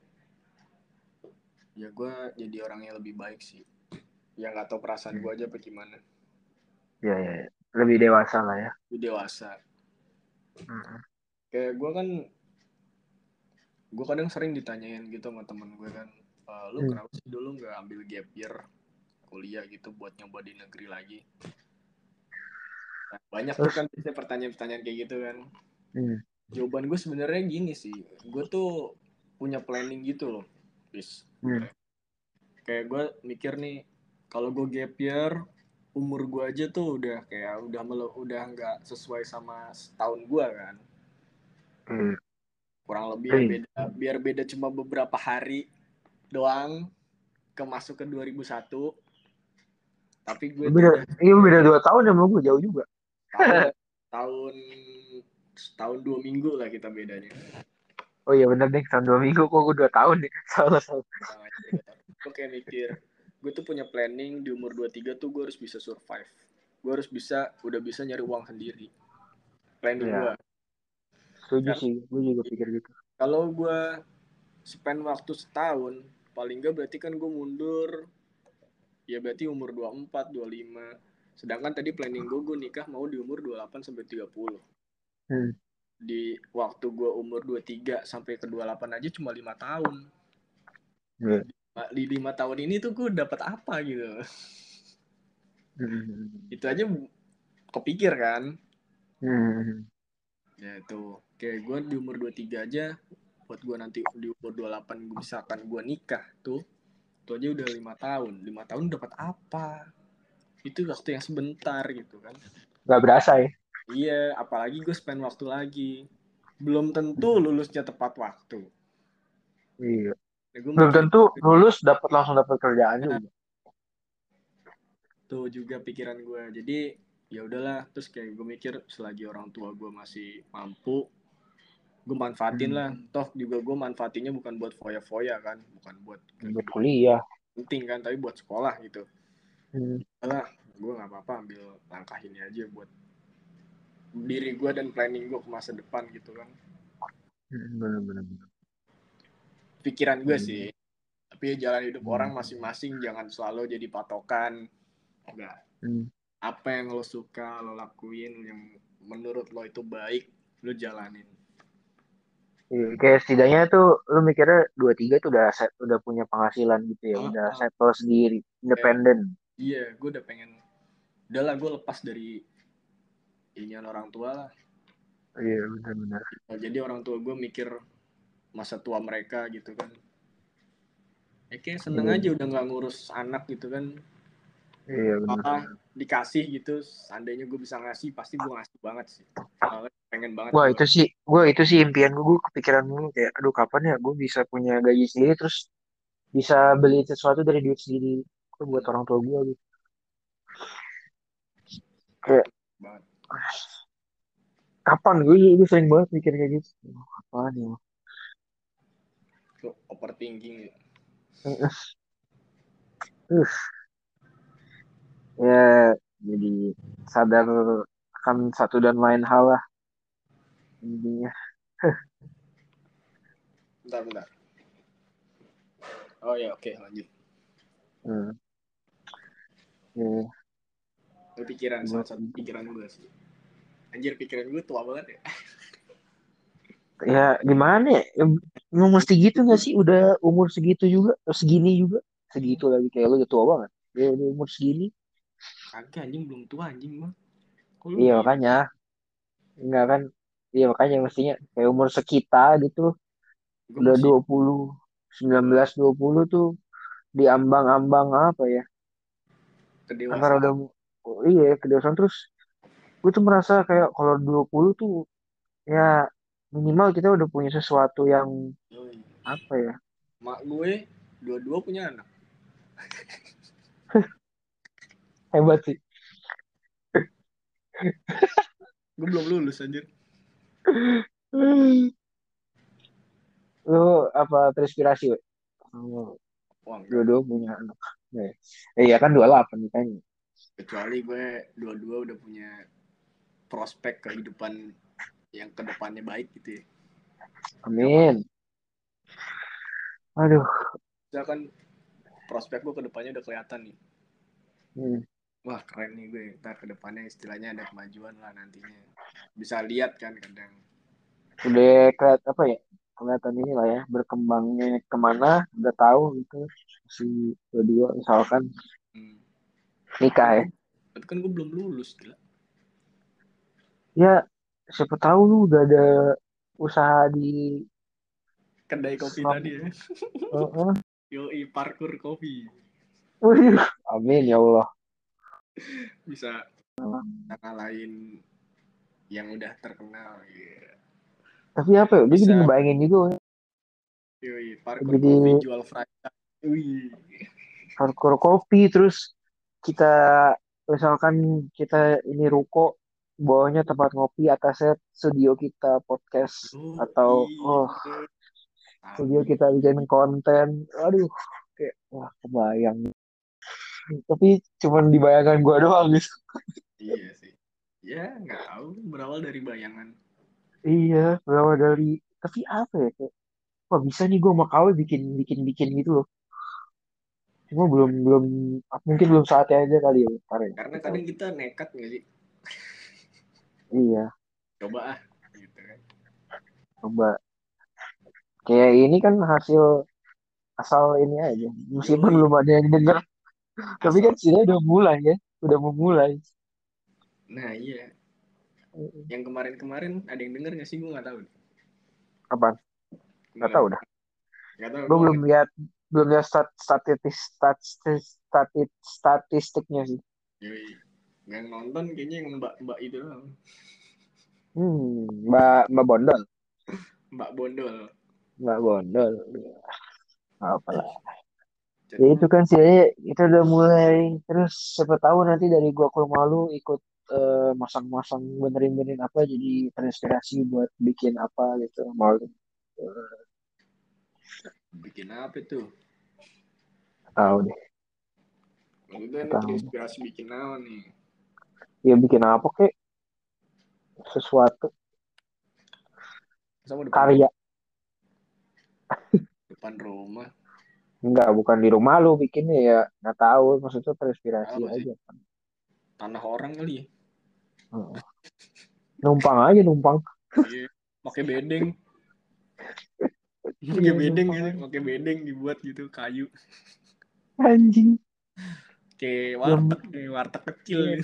ya gue jadi orang yang lebih baik sih. Ya nggak tahu perasaan Hmm. gue aja bagaimana. Ya, ya, ya. Lebih dewasa lah ya. Gue dewasa. Hmm. Kayak gue kan, gue kadang sering ditanyain gitu sama temen gue kan, "E, lu Hmm. kenapa sih dulu nggak ambil gap year kuliah gitu buat nyoba di negeri lagi?" Nah, banyak tuh Terus, kan biasanya pertanyaan-pertanyaan kayak gitu kan. hmm. Jawaban gue sebenarnya gini sih, gue tuh punya planning gitu loh, bis Hmm. sebenarnya. Kayak gue mikir nih, kalau gue gap year, umur gue aja tuh udah kayak udah melo, udah nggak sesuai sama setahun gue kan. Hmm. Kurang lebih ya Iya. beda, biar beda cuma beberapa hari doang ke masuk ke dua ribu satu, tapi gue tuh Beda, udah iya kayak beda dua tahun ya sama gue, jauh juga. tahun tahun tahun dua minggu lah kita bedanya. Oh iya bener deh, tahun dua minggu kok gue dua tahun nih. Salah salah. Nah, gue kayak mikir, gue tuh punya planning di umur dua puluh tiga tuh gue harus bisa survive, gue harus bisa udah bisa nyari uang sendiri, planning gue. Iya, setuju Karena sih, gue juga pikir gitu. kalau gue spend waktu setahun, paling gak berarti kan gue mundur, ya berarti umur dua puluh empat dua puluh lima, sedangkan tadi planning gue gue nikah mau di umur dua puluh delapan sampai tiga puluh. Hmm. Di waktu gue umur dua puluh tiga sampai ke dua puluh delapan aja cuma lima tahun. Iya. Di lima tahun ini tuh gue dapat apa gitu. Hmm. Itu aja kepikir kan. Hmm. Ya itu kayak gue di umur dua puluh tiga aja, buat gue nanti di umur dua puluh delapan gue misalkan gue nikah tuh, itu aja udah lima tahun. Lima tahun dapat apa? Itu waktu yang sebentar gitu kan. Gak berasa ya. Iya, apalagi gue spend waktu lagi, belum tentu Hmm. lulusnya tepat waktu. Iya. Nah, gue Belum mikirin tentu lulus dapat langsung dapat kerjaan juga. tuh juga pikiran gue. Jadi ya udahlah, terus kayak gue mikir selagi orang tua gue masih mampu, gue manfaatin Hmm. lah. Toh juga gue manfaatinnya bukan buat foya-foya kan, bukan buat Buat kegiatan kuliah. penting kan, tapi buat sekolah gitu. Hmm. Alah, gue nggak apa-apa ambil langkah ini aja buat diri gue dan planning gue ke masa depan gitu kan. Hmm. Bener bener. Pikiran gue sih. Bener. Tapi jalan hidup orang Hmm. masing-masing, jangan selalu jadi patokan. Enggak. Hmm. Apa yang lo suka lo lakuin, yang menurut lo itu baik, lo jalanin. Iya, kayak setidaknya tuh lu mikirnya dua tiga tuh udah set, udah punya penghasilan gitu ya, Ah, udah ah, settle sendiri, kayak independen. iya, gue udah pengen, udahlah gue lepas dari inian orang tua lah. Iya benar-benar. Nah, jadi orang tua gue mikir masa tua mereka gitu kan. Ya kayak seneng Iya, aja udah nggak ngurus anak gitu kan. iya benar. Apa dikasih gitu, seandainya gue bisa ngasih pasti gue ngasih banget sih. Soalnya pengen banget Wah gue. itu sih, gue itu sih impian gue, gue kepikiran mulu kayak, aduh kapan ya gue bisa punya gaji sendiri terus bisa beli sesuatu dari duit sendiri, itu buat orang tua gue gitu. Kayak Banget. kapan gue, gue sering banget mikir kayak gitu. Kapan ya? Tuh overthinking gitu. Uh, ya jadi sadar akan satu dan lain hal lah intinya. Bentar, bentar. Oh ya, oke, lanjut. Hmm. Ya, Itu pikiran, buat salah satu pikiran gue sih. Anjir, pikiran gue tua banget ya. ya gimana ya, ya, emang mesti gitu nggak sih udah umur segitu juga, segini juga, segitu lagi kayak lu udah tua banget ya udah umur segini. Kagak anjing, belum tua anjing gue. Kok lu Iya gitu? makanya enggak kan, iya makanya mestinya kayak umur sekita gitu Gue udah masih dua puluh sembilan dua belas dua puluh tuh di ambang-ambang apa ya, antara kedewasaan. udah oh, iya kedewasaan terus gue tuh merasa kayak kalau dua puluh tuh ya minimal kita udah punya sesuatu yang Yoi. apa ya. Mak gue dua-dua punya anak. Hebat sih. Gue belum lulus anjir. Lu apa terinspirasi we? Oh, Wah enggak. dua-dua punya anak. Eh, iya kan dua puluh delapan kan. Kecuali gue dua-dua udah punya prospek kehidupan yang kedepannya baik gitu ya. Amin. Aduh. Misalkan prospek gue kedepannya udah kelihatan nih. Hmm. Wah keren nih gue, ntar kedepannya istilahnya ada kemajuan lah nantinya. Bisa lihat kan kadang. Udah keliat apa ya? Kelihatan ini lah ya, berkembangnya kemana, udah tahu gitu. Si kedua misalkan Hmm. nikah Kan ya. gue, tapi kan gue belum lulus gila. Ya, siapa tahu lu udah ada usaha di Kedai kopi selap. tadi ya. Heeh. Yoi parkur kopi. Wih, amin ya Allah. Bisa ngalahin yang udah terkenal ya. Tapi apa ya? Gue jadi Bisa. ngebayangin juga. Yoi parkur Jadi kopi jual franchise. Wih. hardcore kopi terus kita misalkan kita ini ruko bawahnya tempat ngopi atasnya studio kita podcast atau Yoi oh bener. studio Abi. kita bikin konten aduh kayak wah kebayang tapi cuman dibayangkan gua doang gitu. Iya sih. Ya nggak tahu berawal dari bayangan. Iya berawal dari tapi apa ya kayak wah bisa nih gua sama kawe bikin bikin bikin gitu loh cuma belum belum mungkin belum saatnya aja kali ya ntar ya Karena kita kadang kita nekat nggak sih. iya Coba ah gitu kan. coba kayak ini kan hasil asal ini aja meskipun Yoi belum ada yang denger tapi kan asal. sini udah mulai ya udah memulai Nah iya. Yang kemarin-kemarin ada yang denger nggak sih gue nggak tahu. apa nggak tahu Kemarin dah nggak tahu gue gue belum nggak. lihat belum lihat stat statistik statistik statistik statistiknya sih Yoi. Yang nonton kayaknya yang mbak-mbak itu doang. hmm mbak mbak Bondol Mbak Bondol. mbak Bondol apalah ya itu Jadinya kan sih itu udah mulai terus siapa tahu nanti dari gua ke rumah lu ikut eh, masang-masang benerin-benerin apa jadi terinspirasi buat bikin apa gitu mau bikin apa tuh? tahu deh Maksudnya ini tahu terinspirasi bikin apa nih? ya bikin apa kek sesuatu Sama depan rumah. karya Depan rumah. enggak bukan di rumah lu bikinnya ya nggak tahu maksudnya terinspirasi Tahu sih. aja kan. Tanah orang kali ya. Heeh. Numpang aja numpang Iya. Pakai bedeng. iya Pakai bedeng numpang ya. aja Pakai bedeng dibuat gitu kayu. anjing Kayak belum warteg. Kayak warteg kecil. ya,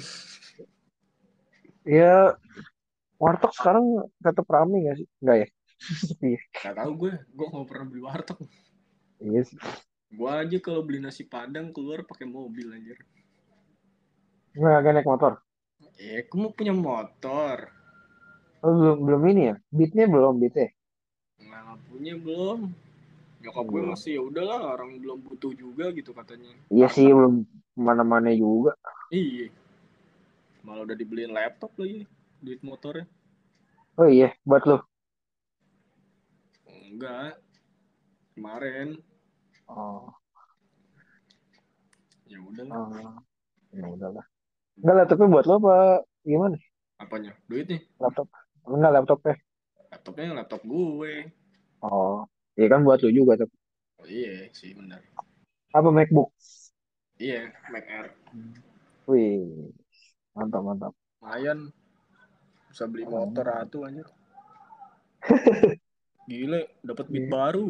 ya warteg sekarang tetap rame nggak sih nggak ya iya Gak tau gue. Gue gak pernah beli warteg. iya sih Gue aja kalau beli nasi padang keluar pakai mobil anjir. nggak nggak naik motor Eh, kamu punya motor. oh, belum belum ini ya beatnya belum beatnya Nggak punya belum. Nyokap gue belum masih ya udahlah orang belum butuh juga gitu katanya. iya sih Warteg. belum mana-mana juga Iya. Malah udah dibeliin laptop lagi. Duit motornya. oh iya buat lo Enggak. Kemarin. oh, Ya udahlah. oh. Ya udahlah enggak laptopnya buat lo apa gimana Apanya? Duitnya? laptop enggak laptopnya Laptopnya laptop gue. oh iya kan buat lo juga tapi Oh iya sih benar. apa MacBook Iya, Mac Air. Hmm. Wih, mantap mantap. Lumayan bisa beli motor Hmm. atuh anjir. Gile, dapat beat Iya. baru.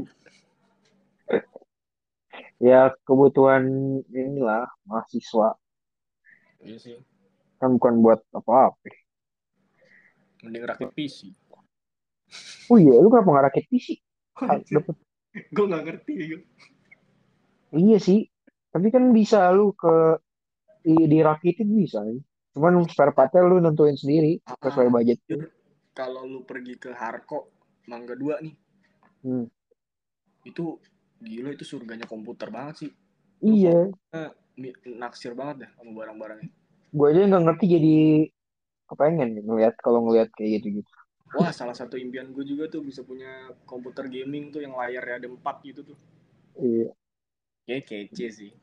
Ya kebutuhan inilah mahasiswa Iya sih. kan bukan buat apa-apa. Mending rakit P C. Oh iya, lu kenapa nggak rakit P C? Ha- Anjir. Dapet. Gue nggak ngerti ya. Iya sih, tapi kan bisa lu ke di, dirakitin bisa. Nih. Cuman spare partnya lu nentuin sendiri sesuai Ah, budget lu. anjir. Kalau lu pergi ke Harko Mangga dua nih, Hmm. itu gila itu surganya komputer banget sih. Lu kalau Iya, naksir banget dah sama barang-barangnya. gue aja nggak ngerti jadi kepengen nih ngeliat kalau ngeliat kayak gitu-gitu. Wah, salah satu impian gue juga tuh bisa punya komputer gaming tuh yang layarnya ada empat gitu tuh. Iya, Kayak kece sih.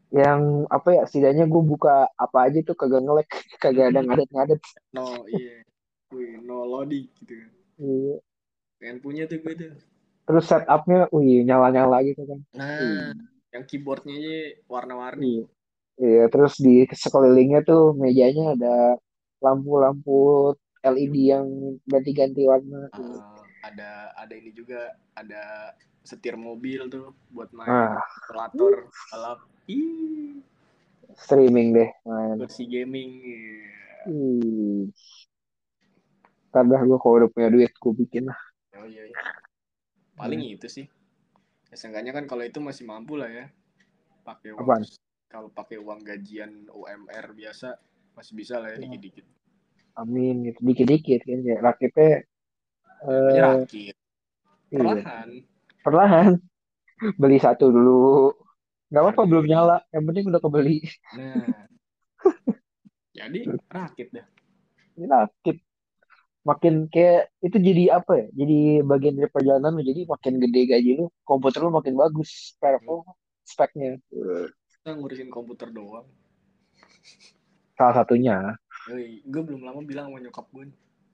Yang apa ya, setidaknya gue buka apa aja tuh kagak ngelek, kagak ada ngadet-ngadet. No, iya. Wih, no loading gitu kan. Iya. Pengen punya tuh gue tuh. Terus setupnya, wih, nyala-nyala gitu kan. Wih, Nah, yang keyboardnya aja warna-warni. iya. Iya, terus di sekelilingnya tuh mejanya ada lampu-lampu L E D yang ganti-ganti warna. Iya. Uh, ada ada ini juga, ada setir mobil tuh buat main Nah, simulator balap. Ih, streaming deh main. kursi gaming. Iya. Ih, kadang gue kalau udah punya duit gue bikin lah. Oh iya, iya. Paling Hmm. itu sih. Ya, seenggaknya kan kalau itu masih mampu lah ya. Pakai uang Apaan? kalau pakai uang gajian U M R biasa masih bisa lah ya Ya, dikit-dikit. amin gitu. Dikit-dikit kan ya. Rakitnya Ya, namanya eh, rakit. iya. Perlahan. Perlahan beli satu dulu. Gak apa-apa Harga. belum nyala. Yang penting udah kebeli. Nah, jadi rakit dah. Ini rakit. Makin kayak itu jadi apa ya? Jadi bagian dari perjalanan lu. Jadi makin gede gaji lu, komputer lu makin bagus performa speknya. Kita ngurusin komputer doang. Salah satunya Yoi, gue belum lama bilang sama nyokap gue.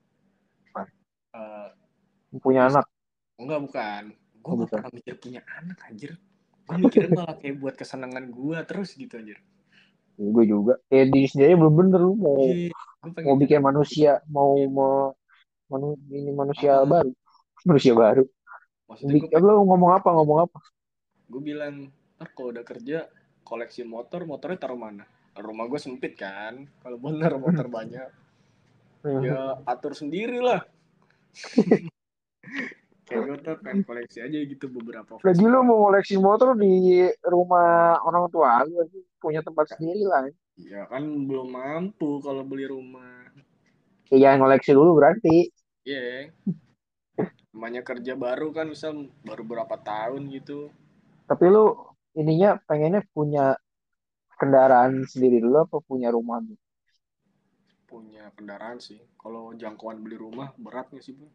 Uh, punya bisa. anak. Enggak, bukan. Gue Oh, gak bukan. pernah mikir punya anak, anjir. Gue mikirnya malah kayak buat kesenangan gue terus gitu, anjir. Gue juga. Kayak diri sendiri belum bener lu mau Iya, gue mau pengennya bikin kan. manusia, mau Iya. mau manu- ini manusia Ah, baru, manusia baru. maksudnya gue Bikin pengen, lu ngomong apa ngomong apa? gue bilang, ntar kalau udah kerja, koleksi motor, motornya taruh mana? Rumah gue sempit kan, kalau bener motor banyak, ya atur sendiri lah. Kayak gue tuh pengen koleksi aja gitu beberapa Lagi lu Vespa. mau koleksi motor di rumah orang tua lu, lagi punya tempat sendiri lah. Ya kan belum mampu kalau beli rumah. Ya jangan koleksi dulu berarti. Iya, yeah. Namanya kerja baru kan, misal baru berapa tahun gitu. Tapi lu ininya pengennya punya kendaraan sendiri dulu apa punya rumah dulu? Punya kendaraan sih. Kalau jangkauan beli rumah berat nggak sih, Bu?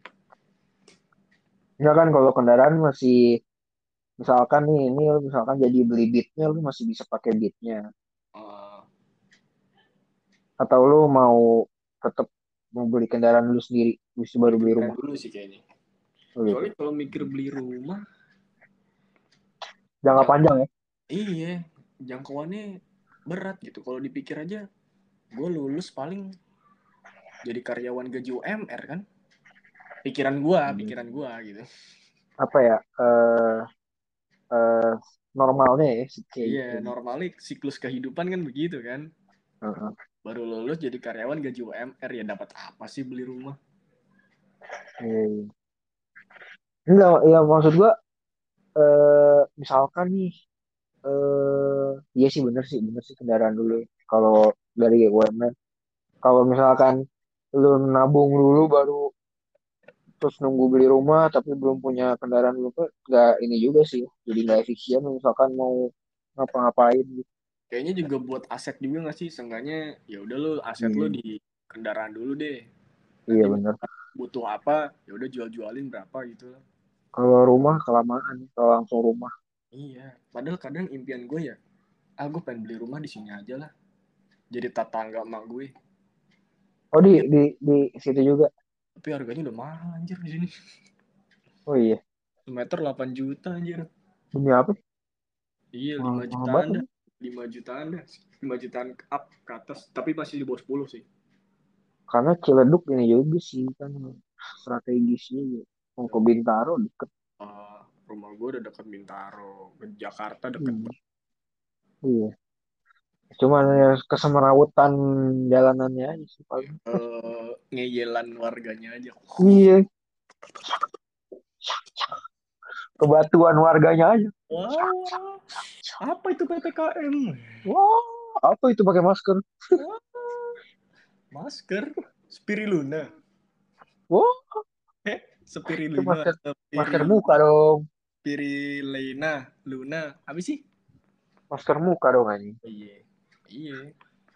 Ya kan kalau kendaraan masih misalkan nih ini lu misalkan jadi beli Beatnya lu masih bisa pakai Beatnya Uh, atau lu mau tetap mau beli kendaraan dulu sendiri terus beli baru beli kendaraan rumah. dulu sih kayaknya. Oh, gitu. Soalnya kalau mikir beli rumah, Jangka jang panjang ya. iya, jangkauannya berat gitu. Kalau dipikir aja, gue lulus paling jadi karyawan gaji U M R kan. Pikiran gue, Hmm. pikiran gue gitu. Apa ya eh eh, normalnya ya sih kayak Iya, gitu. normalnya siklus kehidupan kan begitu kan. Heeh. Baru lulus jadi karyawan gaji U M R, ya dapat apa sih beli rumah? Iya, iya. Enggak, ya maksud gua eh misalkan nih eh iya sih bener sih bener sih kendaraan dulu kalau dari U M R. Kalau misalkan lu nabung dulu baru terus nunggu beli rumah tapi belum punya kendaraan dulu tuh nggak ini juga sih jadi nggak efisien misalkan mau ngapa-ngapain gitu. Kayaknya juga buat aset juga nggak sih? Seenggaknya ya udah lu aset lu Hmm, di kendaraan dulu deh. iya Nanti bener. butuh apa, ya udah jual-jualin berapa gitu lah. Kalau rumah kelamaan kalau langsung rumah. Iya, padahal kadang impian gue ya, ah gue pengen beli rumah di sini aja lah. Jadi tetangga emak gue. Oh di Tapi di di situ juga. tapi harganya udah mahal anjir di sini. Oh iya, Semeter delapan juta anjir. demi apa sih? Iya, Mahal, lima mahal jutaan banget dah. ini. lima jutaan dah. lima jutaan up ke atas, tapi masih di bawah sepuluh sih. Karena Ciledug ini juga sih kan strategisnya ya. Mau ke Bintaro deket. Uh, rumah gue udah deket Bintaro, ke Jakarta deket Hmm, banget. iya. Cuman ya kesemerawutan jalanannya aja sih paling. Uh, ngeyelan warganya aja. Iya, kebatuan warganya aja. Wow, apa itu P P K M? Wah, apa itu pakai masker? Wah, masker Spiriluna. Wah, Eh, itu Spiriluna, masker masker Spiri, muka dong. Spirilena, Luna. Apa sih? Masker muka dong anjing. Iya, iya.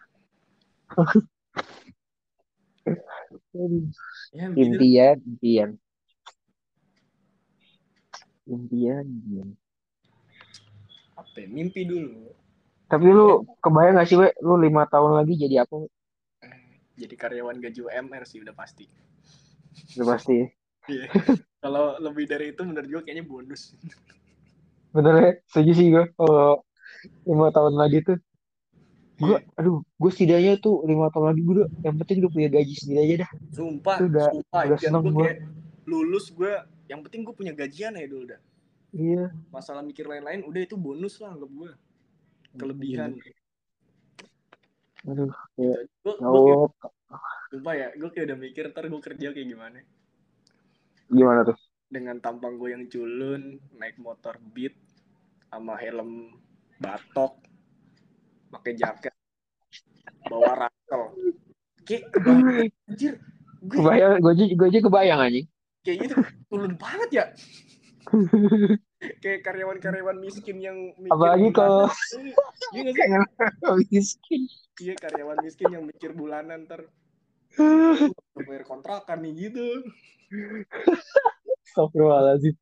Aduh. Ya begitulah. Impian, impian, impian, impian. Apa ya? Mimpi dulu. Tapi lu kebayang gak sih, we, lu lima tahun lagi jadi apa? We? Eh, jadi karyawan gaji U M R sih udah pasti. Udah pasti. Iya. Kalau lebih dari itu menurut gue kayaknya bonus. Bener ya, setuju sih gue. Kalau lima tahun lagi tuh, gue, Iya. aduh, gue setidaknya tuh lima tahun lagi gue udah, yang penting udah punya gaji sendiri aja dah. Itu Sumpah, udah, sumpah udah impian seneng gue gue. kayak lulus gue, yang penting gue punya gajian ya dulu dah. Iya. Masalah mikir lain-lain udah itu bonus lah anggap gue. Kelebihan. Bener. Aduh, Gitu kayak, aja. Gue, ya gue kayak, Allah, sumpah ya, gue kayak udah mikir ntar gue kerja kayak gimana. Dengan gimana tuh? dengan tampang gue yang culun, naik motor Beat, sama helm batok, pakai jaket, bawa ransel. Kayak kebayang, anjir. Gue Kebayang, gue aja, gue aja kebayang anjing. kayak gitu, culun banget ya. Kayak karyawan-karyawan miskin yang mikir Apalagi kalau bulanan. Iya gak sih? miskin. Iya karyawan miskin yang mikir bulanan ntar gue bayar kontrakan nih gitu. Astagfirullahaladzim.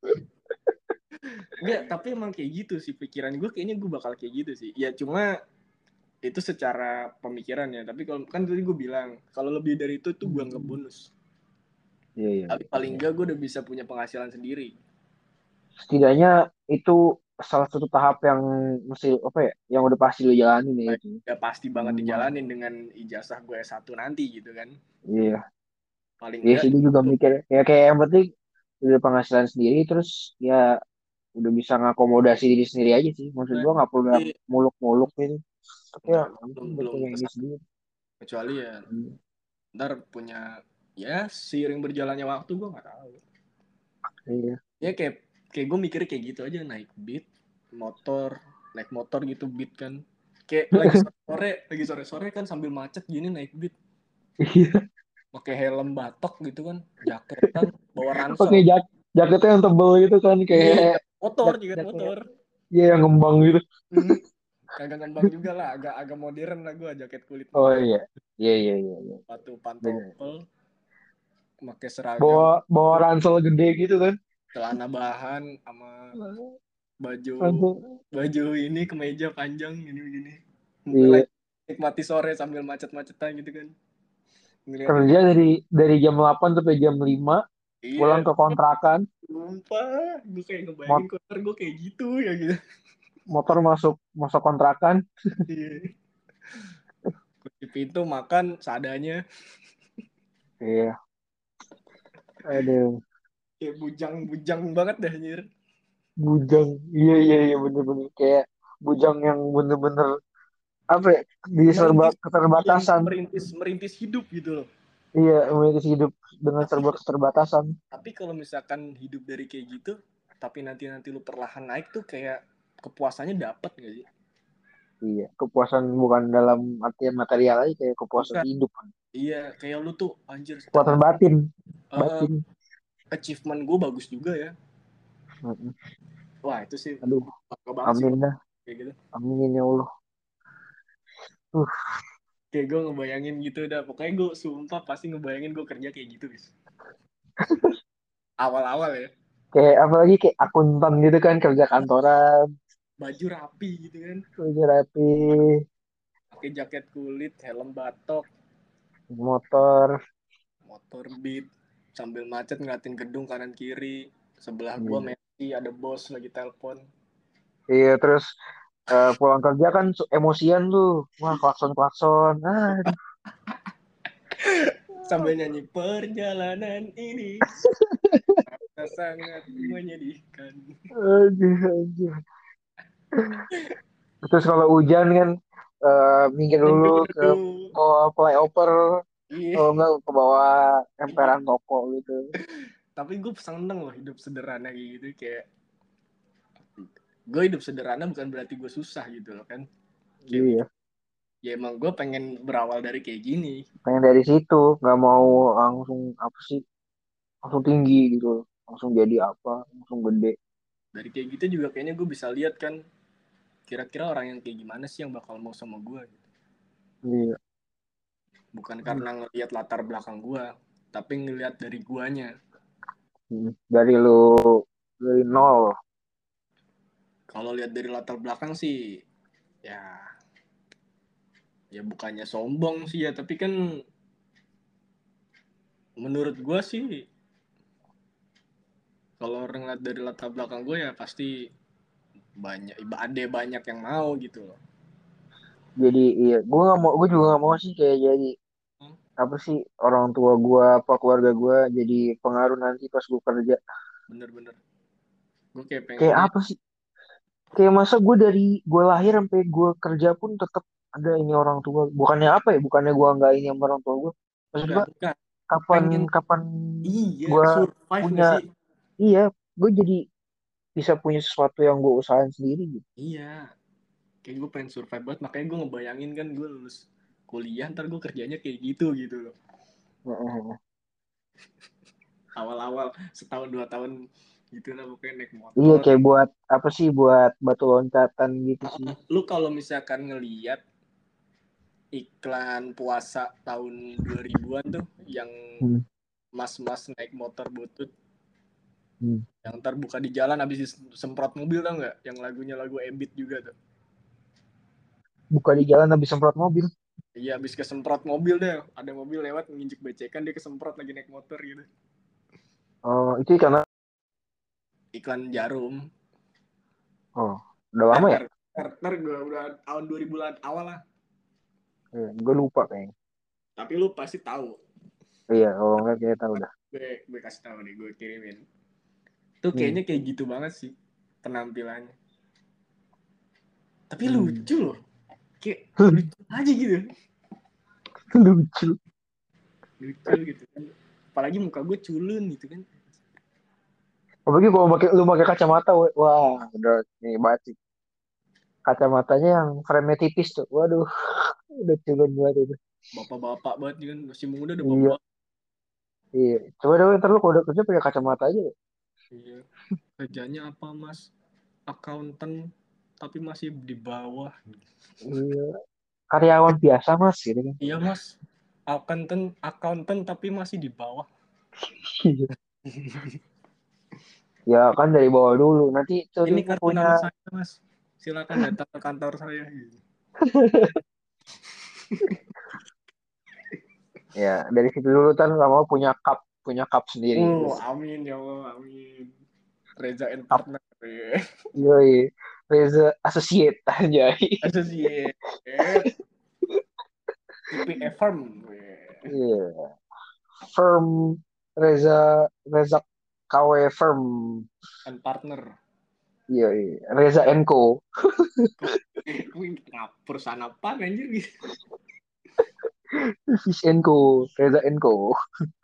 Enggak, tapi emang kayak gitu sih pikiran gue, kayaknya gue bakal kayak gitu sih. Ya cuma itu secara pemikiran ya. Tapi kalau kan tadi gue bilang kalau lebih dari itu tuh gue nggak bonus. Iya, iya, Tapi paling iya. enggak gue udah bisa punya penghasilan sendiri. Setidaknya itu salah satu tahap yang mesti apa ya, yang udah pasti lo jalanin ya Nah, itu. ya pasti banget Memang. dijalanin dengan ijazah gue S satu nanti gitu kan. Iya, Paling iya enggak sih dia juga itu. mikir ya kayak yang penting udah penghasilan sendiri terus ya udah bisa ngakomodasi diri sendiri aja sih. Maksud Nah, gua nggak perlu yang jadi muluk-muluk gitu. Tapi ya enggak, yang penting belum udah belum punya ini kesana. sendiri. Kecuali ya Iya, ntar punya, ya seiring berjalannya waktu gue nggak tahu. iya. Ya kayak kayak gue mikir kayak gitu aja, naik Beat motor, naik motor gitu Beat kan, kayak lagi sore sore lagi sore sore kan sambil macet gini naik Beat, Iya. pakai helm batok gitu kan, jaketan, bawa ransel. Pakai jak jaketnya yang tebel gitu kan Iya, kayak motor jak juga jaket motor. iya yang ngembang gitu. Hmm. Kagak ngembang juga lah, agak agak modern lah gue, jaket kulit Oh modern, iya. Iya, iya, iya, iya. sepatu Bener. pantopel, pakai seragam, Bawa bawa ransel gede gitu kan. celana bahan sama baju Ransel. baju ini kemeja panjang gini gini, Iya. lagi nikmati sore sambil macet-macetan gitu kan, ngeliatin Kerja orang. dari dari jam delapan sampai jam lima pulang Iya, ke kontrakan, sumpah gue kayak ngebayangin mot- konser gue kayak gitu ya gitu. motor masuk masuk kontrakan. Iya, kunci pintu, makan seadanya, Iya. Aduh, kayak bujang-bujang banget dah anjir. bujang. Iya, iya, iya, bener-bener kayak bujang yang bener-bener apa ya, di serba Merintis, iya, keterbatasan. merintis merintis hidup gitu loh. Iya, memiliki hidup dengan Tapi serba keterbatasan. tapi kalau misalkan hidup dari kayak gitu, tapi nanti nanti lu perlahan naik tuh kayak kepuasannya dapat gak sih? Iya, kepuasan bukan dalam artian material aja, kayak kepuasan Bukan. hidup. Iya, kayak lu tuh anjir Kepuasan ternyata batin, uh, batin. achievement gue bagus juga ya. Mm-mm. Wah itu sih Aduh, bangga banget sih amin gue dah, kayak gitu. amin ya Allah. Uh, Kayak gue ngebayangin gitu dah. Pokoknya gue sumpah pasti ngebayangin gue kerja kayak gitu bis. Awal-awal ya. kayak apalagi kayak akuntan gitu kan kerja kantoran, Baju rapi gitu kan. kerja rapi, Pakai jaket kulit, helm batok, motor. motor Beat, sambil macet ngeliatin gedung kanan kiri. Sebelah gue Iya, Messi, ada bos lagi telepon. iya, terus eh, pulang kerja kan su- emosian tuh, wah klakson klakson, aduh, Sambil nyanyi perjalanan ini sangat menyedihkan. aduh, aduh. Terus kalau hujan kan eh, minggir dulu ke Neduh-neduh. ke flyover, Iya. kalau enggak ke bawah Iya. emperan toko gitu. Tapi gue seneng loh hidup sederhana kayak gitu. Kayak gue hidup sederhana bukan berarti gue susah gitu loh kan. Kayak mikir, Iya, ya emang gue pengen berawal dari kayak gini. pengen dari situ, nggak mau langsung apa sih, langsung tinggi gitu, langsung jadi apa, langsung gede. Dari kayak gitu juga kayaknya gue bisa lihat kan, kira-kira orang yang kayak gimana sih yang bakal mau sama gue gitu. Iya. Bukan karena ngelihat latar belakang gue, tapi ngelihat dari guanya. Hmm. Dari lu dari nol. Kalau lihat dari latar belakang sih, ya Ya bukannya sombong sih ya, tapi kan menurut gue sih kalau orang lihat dari latar belakang gue ya pasti banyak ada banyak yang mau gitu loh. Jadi iya, gue nggak mau, gue juga nggak mau sih kayak jadi Hmm, apa sih orang tua gue apa keluarga gue jadi pengaruh nanti pas gue kerja. bener-bener gue kayak Kayak pengennya apa sih? Kayak masa gue dari gue lahir sampai gue kerja pun tetap ada ini orang tua. Bukannya apa ya? Bukannya gue nggak ini sama orang tua gue. Maksud enggak gue bukan kapan pengen kapan iya gue survive punya nggak sih. iya gue jadi bisa punya sesuatu yang gue usahain sendiri gitu. Iya kayak gue pengen survive banget, makanya gue ngebayangin kan gue lulus kuliah ntar gue kerjanya kayak gitu gitu loh. Heeh. Awal-awal setahun dua tahun gitu lah pokoknya naik Iya motor. kayak buat apa sih buat batu loncatan gitu sih. Lu kalau misalkan ngeliat iklan puasa tahun dua ribuan tuh yang Hmm. mas-mas naik motor butut Hmm. yang terbuka di jalan habis semprot mobil tau nggak, yang lagunya lagu Ebit juga tuh. Buka di jalan habis semprot mobil. Iya habis kesemprot mobil deh, ada mobil lewat nginjek becekan dia kesemprot lagi naik motor gitu. Oh itu karena Iklan jarum. oh udah Ntar lama ya? ntar ntar, ntar gue udah tahun dua ribuan awal lah, Iya, gue lupa kayaknya. tapi lu pasti tahu. Iya kalau nggak kayak tahu dah. gue gue kasih tahu nih, gue kirimin tuh Hmm. kayaknya kayak gitu banget sih penampilannya, tapi Hmm. lucu loh, kayak lucu aja gitu, Lucu. lucu gitu kan, apalagi muka gue culun gitu kan. Apalagi kalau pakai lu pakai kacamata, we- wah udah nih banget sih. Kacamatanya yang frame tipis tuh. Waduh, udah culun banget itu. Bapak-bapak banget kan, masih muda udah Iya, bapak. iya. Coba deh, ntar lu kalau udah kerja pakai kacamata aja. Ya. Iya, kerjanya apa mas, akuntan tapi masih di bawah. Iya. Karyawan biasa mas, gitu kan. Iya mas, akuntan akuntan tapi masih di bawah. Iya. Ya kan dari bawah dulu. Nanti sorry Ini gue kartu punya. nama saya mas, silakan datang ke kantor saya gitu. Ya dari situ dulu kan lama punya cup, punya cup sendiri. Oh amin ya Allah amin. Reza and Cup, partner. yoi. Reza Associate aja. Associate I P A firm Iya. Firm Reza Reza K W Firm. and partner. Iya, iya. Reza Enco. Kenapa perusahaan apa anjir gitu. Fish Enco. Reza Enco.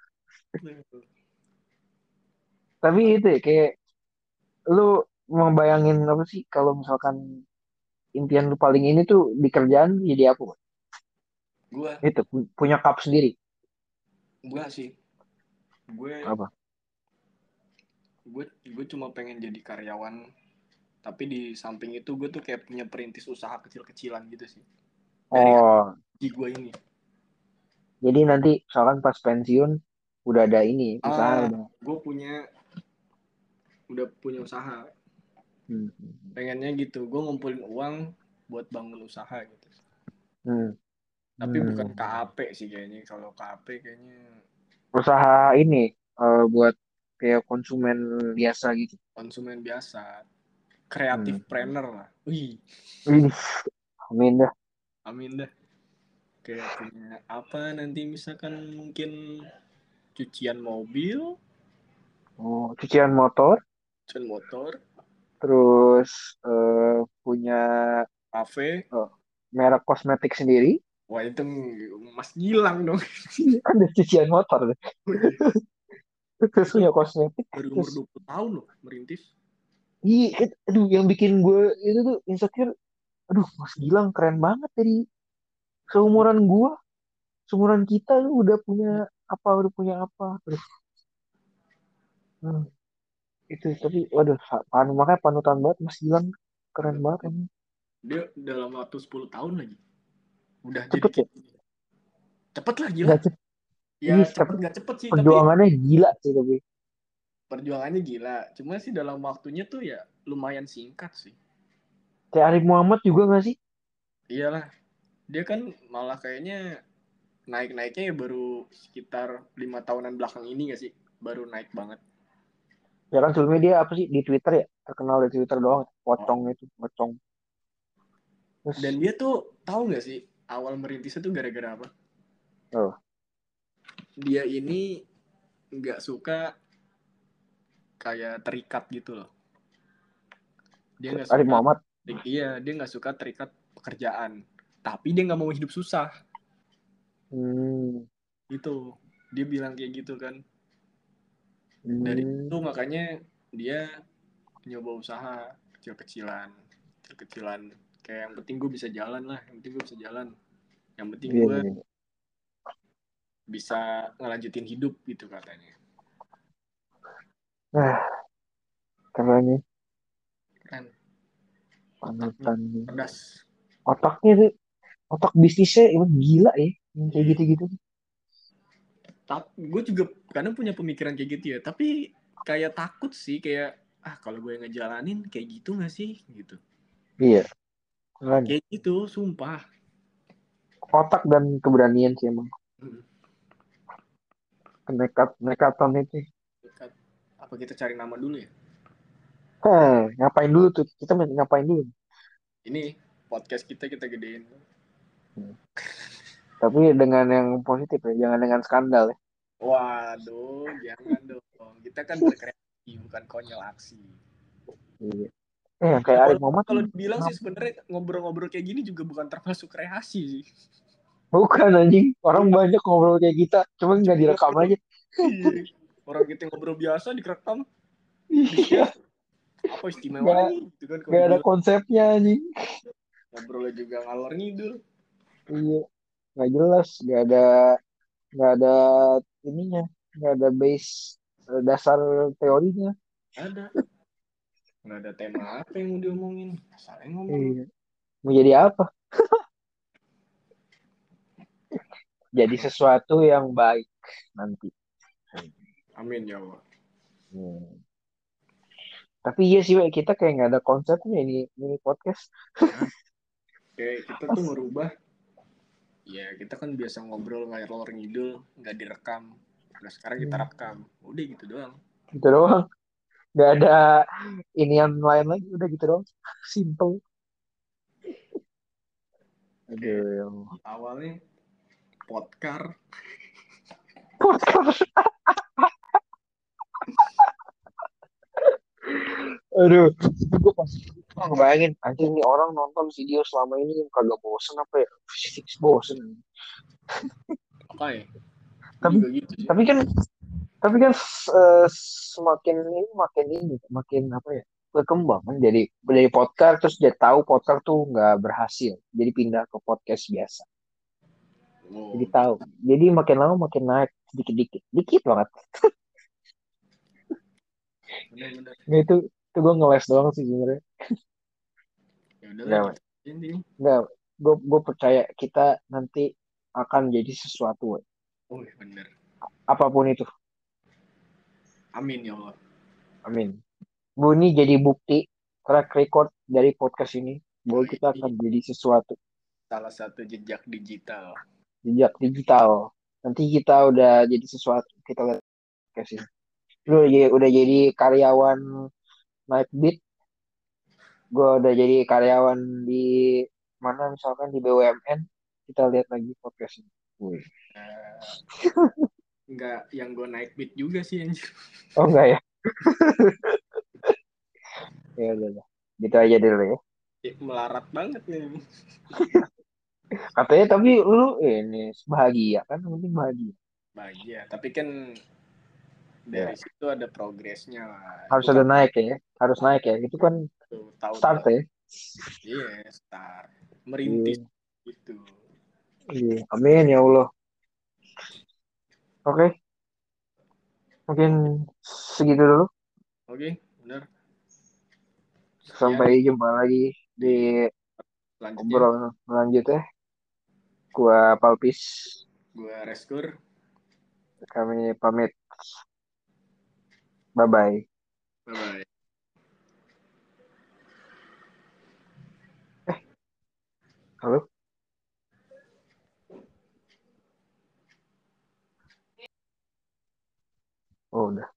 Tapi itu ya, kayak lu membayangin apa sih kalau misalkan impian lu paling ini tuh di kerjaan jadi apa? Bang? Gue, Itu pu- punya cup sendiri. gue sih, gue, Apa? gue, gue cuma pengen jadi karyawan. Tapi di samping itu gue tuh kayak punya perintis usaha kecil-kecilan gitu sih. Dari Oh, haji gue ini. jadi nanti misalkan pas pensiun udah ada ini usaha Ah, udah. gue punya, udah punya usaha. Hmm. Pengennya gitu. Gue ngumpulin uang buat bangun usaha gitu. Hmm. Tapi bukan Hmm. K A P sih kayaknya. Kalau K A P kayaknya Usaha ini eh, buat kayak konsumen biasa gitu. konsumen biasa. Hmm. Kreatif planner lah. Wih, Wih, amin dah. amin dah. Kayak punya apa nanti misalkan mungkin cucian mobil, Oh, cucian motor, cucian motor, terus eh, punya kafe. eh, merek kosmetik sendiri. Wah itu Mas Gilang dong. Kan ada cucian motor. Oh iya. Terus Itu punya kosmetik. dari umur Terus, dua puluh tahun loh merintis. iya, it- aduh, yang bikin gue itu tuh insecure. Aduh, Mas Gilang keren banget dari seumuran gue, seumuran kita tuh udah punya apa, udah punya apa. Terus, hmm, itu tapi, waduh, pan, makanya panutan banget Mas Gilang, keren banget ini. Dia dalam waktu sepuluh tahun lagi udah jadi Cepet ya, kayak gini. Cepet lah gila. nggak cepet, Ya iya, cepet tapi gak cepet sih, tapi perjuangannya gila sih tapi. perjuangannya gila. Cuma sih dalam waktunya tuh ya lumayan singkat sih. Kayak Arif Muhammad juga nggak sih? Iyalah, Dia kan malah kayaknya naik-naiknya ya baru sekitar lima tahunan belakang ini gak sih? Baru naik banget. Ya kan sebelumnya dia apa sih di Twitter ya? Terkenal di Twitter doang. Oh. Pocong itu, pocong. Dan Terus, dia tuh tahu gak sih awal merintisnya tuh gara-gara apa? oh, Dia ini nggak suka kayak terikat gitu loh. Dia nggak Arif suka, Muhammad. iya dia nggak suka terikat pekerjaan. Tapi dia nggak mau hidup susah. Hmm, Gitu. Dia bilang kayak gitu kan. Dari hmm, itu makanya dia nyoba usaha kecil-kecilan, kecil-kecilan. Kayak yang penting gue bisa jalan lah, yang penting gue bisa jalan. Yang penting iya, gue iya. bisa ngelanjutin hidup gitu katanya. Nah, katanya Keren, otaknya panutan. cerdas. Otaknya tuh, otak bisnisnya emang gila ya. Yang kayak Iya. gitu-gitu. Tapi gue juga kadang punya pemikiran kayak gitu ya. Tapi kayak takut sih, kayak ah kalau gue ngejalanin kayak gitu nggak sih gitu. Iya, makanya. Kayak gitu, sumpah. Otak dan keberanian sih emang. Hmm. Nekat, nekatan itu. Apa kita cari nama dulu ya? Heh, ngapain dulu tuh? Kita main ngapain dulu? Ini podcast kita kita gedein. Hmm. Tapi dengan yang positif ya, jangan dengan skandal ya. Waduh, jangan dong. Kita kan berkreasi, bukan konyol aksi. Iya. Eh, yang Ya kayak Arif walaupun Muhammad tuh kalau dibilang sih ngap- sebenarnya ngobrol-ngobrol kayak gini juga bukan termasuk kreasi sih. bukan anjing. Orang Iya, banyak ngobrol kayak kita, cuma nggak cuma direkam ngobrol. aja. Iya. Orang kita ngobrol biasa direkam, di Iya, share. Apa nggak istimewanya gitu kan kalau nggak ada dibilang. konsepnya anjing. Ngobrolnya juga ngalor ngidul. Iya, nggak jelas, nggak ada nggak ada ininya, nggak ada base eh, dasar teorinya. Ada. Nggak ada tema apa yang mau diomongin. Asalnya ngomong. Iya. Mau jadi apa? Jadi Emang. sesuatu yang baik nanti. Amin ya Allah. Hmm. Tapi iya sih, Wek, kita kayak nggak ada konsepnya ini ini podcast. Nah, kayak kita tuh ngerubah. Ya kita kan biasa ngobrol ngalor ngidul. Nggak direkam. Nah sekarang kita Hmm, rekam. Udah gitu doang. gitu doang. Nggak ada ini yang lain lagi. Udah gitu doang. Simple. Kayak Aduh, yang awalnya podcast. podcast. Aduh, itu gue pas oh, ngebayangin, anjing nih orang nonton video selama ini kagak bosen apa ya? Fix bosen. Oke, okay. Gue Tapi juga gitu sih. tapi kan tapi kan eh, semakin ini makin ini makin apa ya? Berkembang kan jadi dari podcast terus dia tahu podcast tuh nggak berhasil. Jadi pindah ke podcast biasa. Jadi Oh tahu. gitu. Jadi makin lama makin naik sedikit-dikit. Dikit banget. Bener-bener. Nah, itu itu gue ngeles doang sih sebenarnya. Ya udahlah Nggak, gitu. Intinya. nggak. Gue gue percaya kita nanti akan jadi sesuatu. We. Oh bener. Apapun itu. Amin ya Allah. Amin. Bu ini jadi bukti track record dari podcast ini bahwa Nah, kita ini akan jadi sesuatu. salah satu jejak digital. Jejak digital. Nanti kita udah jadi sesuatu. Kita lihat podcast ini. Lu udah jadi, udah jadi karyawan Nightbeat. Gue udah jadi karyawan di mana misalkan di B U M N. Kita lihat lagi podcast ini. Wih. Uh, nggak yang gue naik beat juga sih anjir. Oh enggak ya? Ya udah lah. Gitu aja dulu ya. Melarat banget nih. Katanya tapi lu ini bahagia kan? Yang penting bahagia. Bahagia. Tapi kan Ya. dari situ ada progresnya lah. Harus Itu ada kan naik ya. Harus naik ya. Itu kan tuh, tahun start delapan. ya. Iya, start. Merintis Iya. gitu. Iya. Amin ya Allah. Oke. Mungkin Oke, segitu dulu. oke, benar. Sampai Sekian jumpa lagi di di selanjutnya. obrolan selanjutnya. Gua Palpis. Gue Reskur. Kami pamit. Bye-bye. Bye-bye. Halo? Oh, udah.